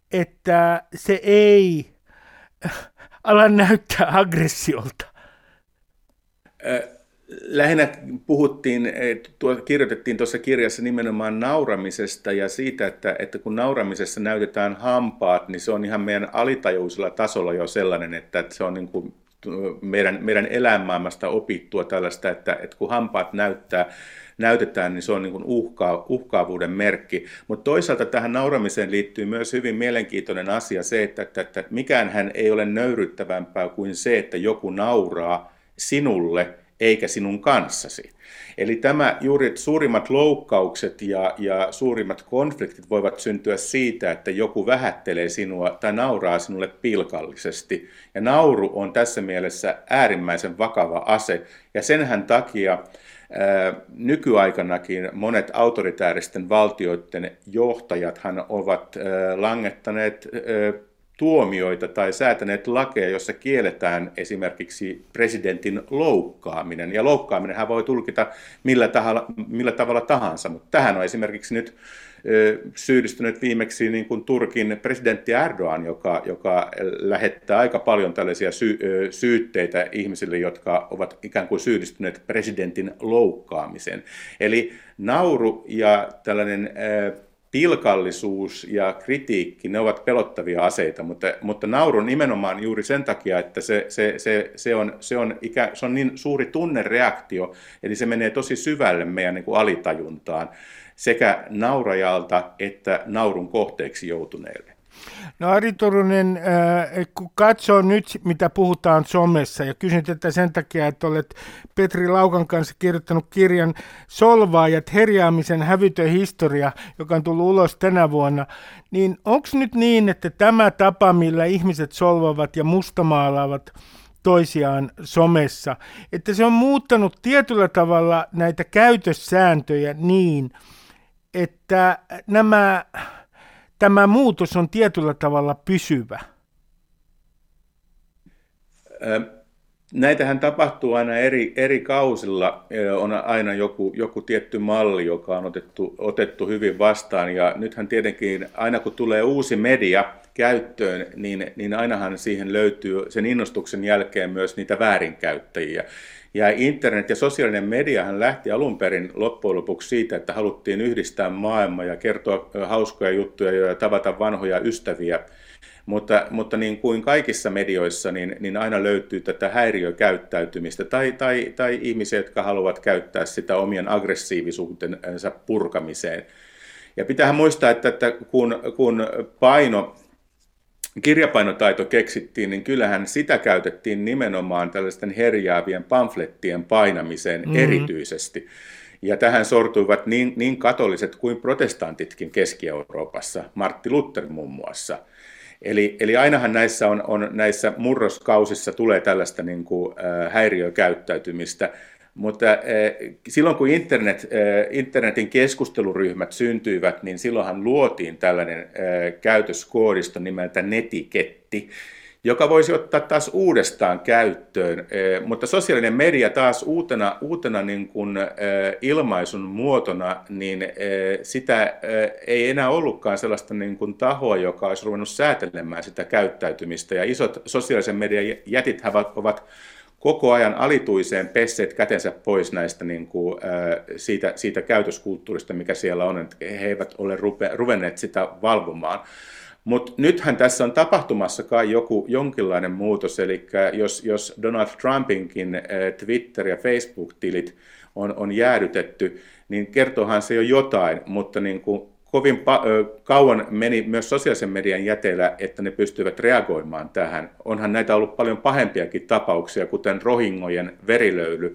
että se ei ala näyttää aggressiolta? Lähinnä puhuttiin, tuo, kirjoitettiin tuossa kirjassa nimenomaan nauramisesta ja siitä, että, että kun nauramisessa näytetään hampaat, niin se on ihan meidän alitajuisella tasolla jo sellainen, että se on niin kuin meidän, meidän elämänmaailmasta opittua tällaista, että, että kun hampaat näyttää, näytetään, niin se on niin kuin uhkaa, uhkaavuuden merkki. Mutta toisaalta tähän nauramiseen liittyy myös hyvin mielenkiintoinen asia se, että, että, että mikäänhän ei ole nöyryttävämpää kuin se, että joku nauraa sinulle eikä sinun kanssasi. Eli tämä juuri suurimmat loukkaukset ja, ja suurimmat konfliktit voivat syntyä siitä, että joku vähättelee sinua tai nauraa sinulle pilkallisesti. Ja nauru on tässä mielessä äärimmäisen vakava ase, ja senhän takia ää, nykyaikanakin monet autoritääristen valtioiden johtajathan ovat ää, langettaneet ää, tuomioita tai säätäneet lakeja, jossa kielletään esimerkiksi presidentin loukkaaminen. Ja loukkaaminenhän voi tulkita millä, tahalla, millä tavalla tahansa, mutta tähän on esimerkiksi nyt ö, syyllistynyt viimeksi niin kuin Turkin presidentti Erdogan, joka, joka lähettää aika paljon tällaisia sy, ö, syytteitä ihmisille, jotka ovat ikään kuin syyllistyneet presidentin loukkaamiseen. Eli nauru ja tällainen ö, pilkallisuus ja kritiikki, ne ovat pelottavia aseita, mutta, mutta nauru nimenomaan juuri sen takia, että se, se, se, se, on, se, on, ikä, se on niin suuri tunnereaktio, eli se menee tosi syvälle meidän niin kuin alitajuntaan, sekä naurajalta että naurun kohteeksi joutuneelle. No Ari Turunen, äh, kun katsoo nyt, mitä puhutaan somessa, ja kysyn tätä sen takia, että olet Petri Laukan kanssa kirjoittanut kirjan Solvaajat, herjaamisen hävytön historia, joka on tullut ulos tänä vuonna, niin onko nyt niin, että tämä tapa, millä ihmiset solvaavat ja mustamaalaavat toisiaan somessa, että se on muuttanut tietyllä tavalla näitä käytössääntöjä niin, että nämä... Tämä muutos on tietyllä tavalla pysyvä. Näitähän tapahtuu aina eri, eri kausilla. On aina joku, joku tietty malli, joka on otettu, otettu hyvin vastaan. Ja nythän tietenkin aina kun tulee uusi media käyttöön, niin, niin ainahan siihen löytyy sen innostuksen jälkeen myös niitä väärinkäyttäjiä. Ja internet ja sosiaalinen mediahan lähti alun perin loppujen lopuksi siitä, että haluttiin yhdistää maailmaa ja kertoa hauskoja juttuja ja tavata vanhoja ystäviä. Mutta, mutta niin kuin kaikissa medioissa, niin, niin aina löytyy tätä häiriökäyttäytymistä tai, tai, tai ihmisiä, jotka haluavat käyttää sitä omien aggressiivisuutensa purkamiseen. Ja pitäähän muistaa, että, että kun, kun paino... kirjapainotaito keksittiin, niin kyllähän sitä käytettiin nimenomaan tällaisten herjaavien pamflettien painamiseen mm-hmm. erityisesti. Ja tähän sortuivat niin, niin katoliset kuin protestantitkin Keski-Euroopassa, Martti Luther muun muassa. Eli, eli ainahan näissä, on, on, näissä murroskausissa tulee tällaista niin kuin, äh, häiriökäyttäytymistä. Mutta äh, silloin kun internet, äh, internetin keskusteluryhmät syntyivät, niin silloinhan luotiin tällainen äh, käytöskoodisto nimeltä netiketti, joka voisi ottaa taas uudestaan käyttöön. Äh, mutta sosiaalinen media taas uutena, uutena niin kuin, äh, ilmaisun muotona, niin äh, sitä äh, ei enää ollutkaan sellaista niin kuin tahoa, joka olisi ruvennut säätelemään sitä käyttäytymistä. Ja isot sosiaalisen median jätit ovat koko ajan alituiseen pesseet kätensä pois näistä niin kuin, siitä, siitä käytöskulttuurista, mikä siellä on, että he eivät ole rupe, ruvenneet sitä valvomaan. Mutta nythän tässä on tapahtumassa kai joku jonkinlainen muutos, eli jos, jos Donald Trumpinkin Twitter- ja Facebook-tilit on, on jäädytetty, niin kertoohan se jo jotain, mutta niin kuin kovin pa- kauan meni myös sosiaalisen median jäteillä, että ne pystyivät reagoimaan tähän. Onhan näitä ollut paljon pahempiakin tapauksia, kuten rohingojen verilöyly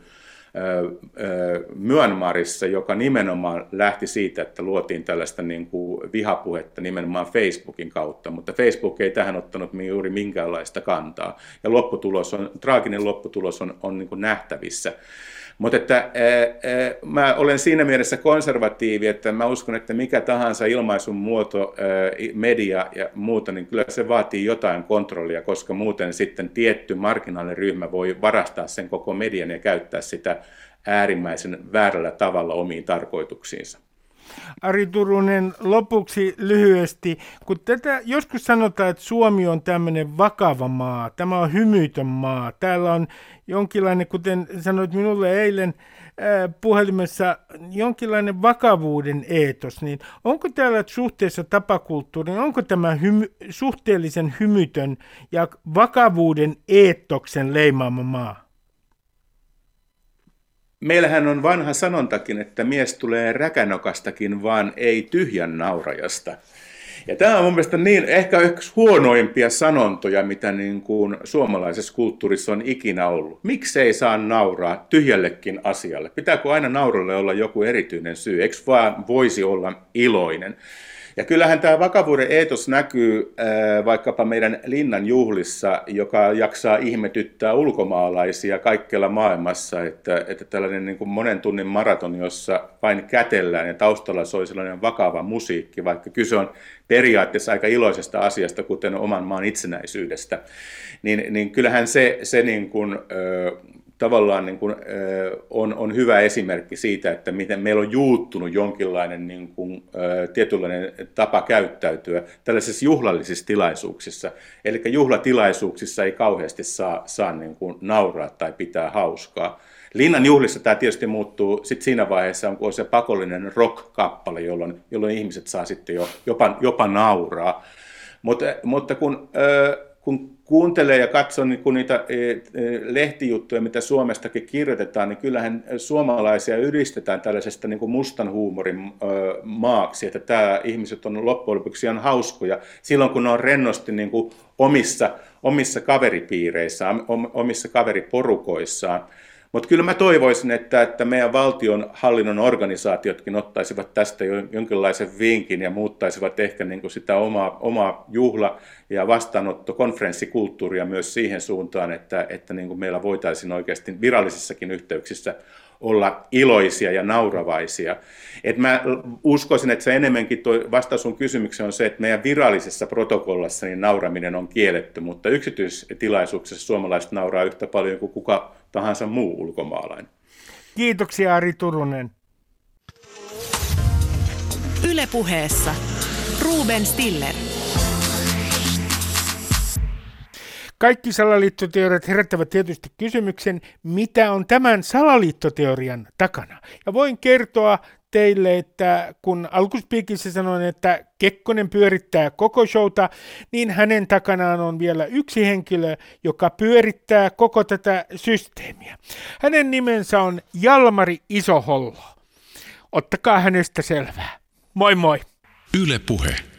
Myanmarissa, joka nimenomaan lähti siitä, että luotiin tällaista niin kuin vihapuhetta nimenomaan Facebookin kautta, mutta Facebook ei tähän ottanut juuri minkäänlaista kantaa. Ja lopputulos on, traaginen lopputulos on, on niin kuin nähtävissä. Mutta että, ää, ää, mä olen siinä mielessä konservatiivi, että mä uskon, että mikä tahansa ilmaisun muoto, ää, media ja muuta, niin kyllä se vaatii jotain kontrollia, koska muuten sitten tietty marginaalinen ryhmä voi varastaa sen koko median ja käyttää sitä äärimmäisen väärällä tavalla omiin tarkoituksiinsa. Ari Turunen, lopuksi lyhyesti, kun tätä joskus sanotaan, että Suomi on tämmöinen vakava maa, tämä on hymytön maa, täällä on jonkinlainen, kuten sanoit minulle eilen ää, puhelimessa, jonkinlainen vakavuuden eetos, niin onko täällä suhteessa tapakulttuuriin, onko tämä hymy, suhteellisen hymytön ja vakavuuden eetoksen leimaama maa? Meillähän on vanha sanontakin, että mies tulee räkänokastakin, vaan ei tyhjän naurajasta. Ja tämä on mun mielestä niin, ehkä yksi huonoimpia sanontoja, mitä niin kuin suomalaisessa kulttuurissa on ikinä ollut. Miksi ei saa nauraa tyhjällekin asialle? Pitääkö aina naurulle olla joku erityinen syy? Eikö vaan voisi olla iloinen? Ja kyllähän tämä vakavuuden eetos näkyy äh, vaikkapa meidän linnan juhlissa, joka jaksaa ihmetyttää ulkomaalaisia kaikkialla maailmassa, että, että tällainen niin kuin monen tunnin maraton, jossa vain kätellään ja taustalla soi sellainen vakava musiikki, vaikka kyse on periaatteessa aika iloisesta asiasta, kuten oman maan itsenäisyydestä, niin, niin kyllähän se, se niin kuin, äh, tavallaan niin kuin, on, on hyvä esimerkki siitä, että miten meillä on juuttunut jonkinlainen niin kuin, tietynlainen tapa käyttäytyä tällaisissa juhlallisissa tilaisuuksissa. Eli juhlatilaisuuksissa ei kauheasti saa, saa niin kuin nauraa tai pitää hauskaa. Linnan juhlissa tämä tietysti muuttuu sit siinä vaiheessa, kun on se pakollinen rock-kappale, jolloin, jolloin ihmiset saa sitten jo, jopa, jopa nauraa. Mutta, mutta kun... kun kuuntelee ja katsoo niin kun niitä lehtijuttuja, mitä Suomestakin kirjoitetaan, niin kyllähän suomalaisia ylistetään tällaisesta niin kuin mustan huumorin maaksi, että tämä ihmiset on loppujen lopuksi ihan hauskoja silloin, kun ne on rennosti niin kuin omissa, omissa kaveripiireissään, omissa kaveriporukoissaan. Mutta kyllä mä toivoisin, että, että meidän valtion hallinnon organisaatiotkin ottaisivat tästä jonkinlaisen vinkin ja muuttaisivat ehkä niin kuin sitä omaa, omaa juhla- ja vastaanottokonferenssikulttuuria myös siihen suuntaan, että, että niin kuin meillä voitaisiin oikeasti virallisissakin yhteyksissä olla iloisia ja nauravaisia. Et mä uskoisin, että se enemmänkin toi vastaus sun kysymykseen on se, että meidän virallisessa protokollassa niin nauraminen on kielletty, mutta yksityistilaisuuksissa suomalaiset nauraa yhtä paljon kuin kuka tahansa muu ulkomaalainen. Kiitoksia Ari Turunen. Yle Puheessa Ruben Stiller. Kaikki salaliittoteoriat herättävät tietysti kysymyksen, mitä on tämän salaliittoteorian takana. Ja voin kertoa teille, että kun alkuspiikissä sanoin, että Kekkonen pyörittää koko showta, niin hänen takanaan on vielä yksi henkilö, joka pyörittää koko tätä systeemiä. Hänen nimensä on Jalmari Isohollo. Ottakaa hänestä selvää. Moi moi! Yle Puhe.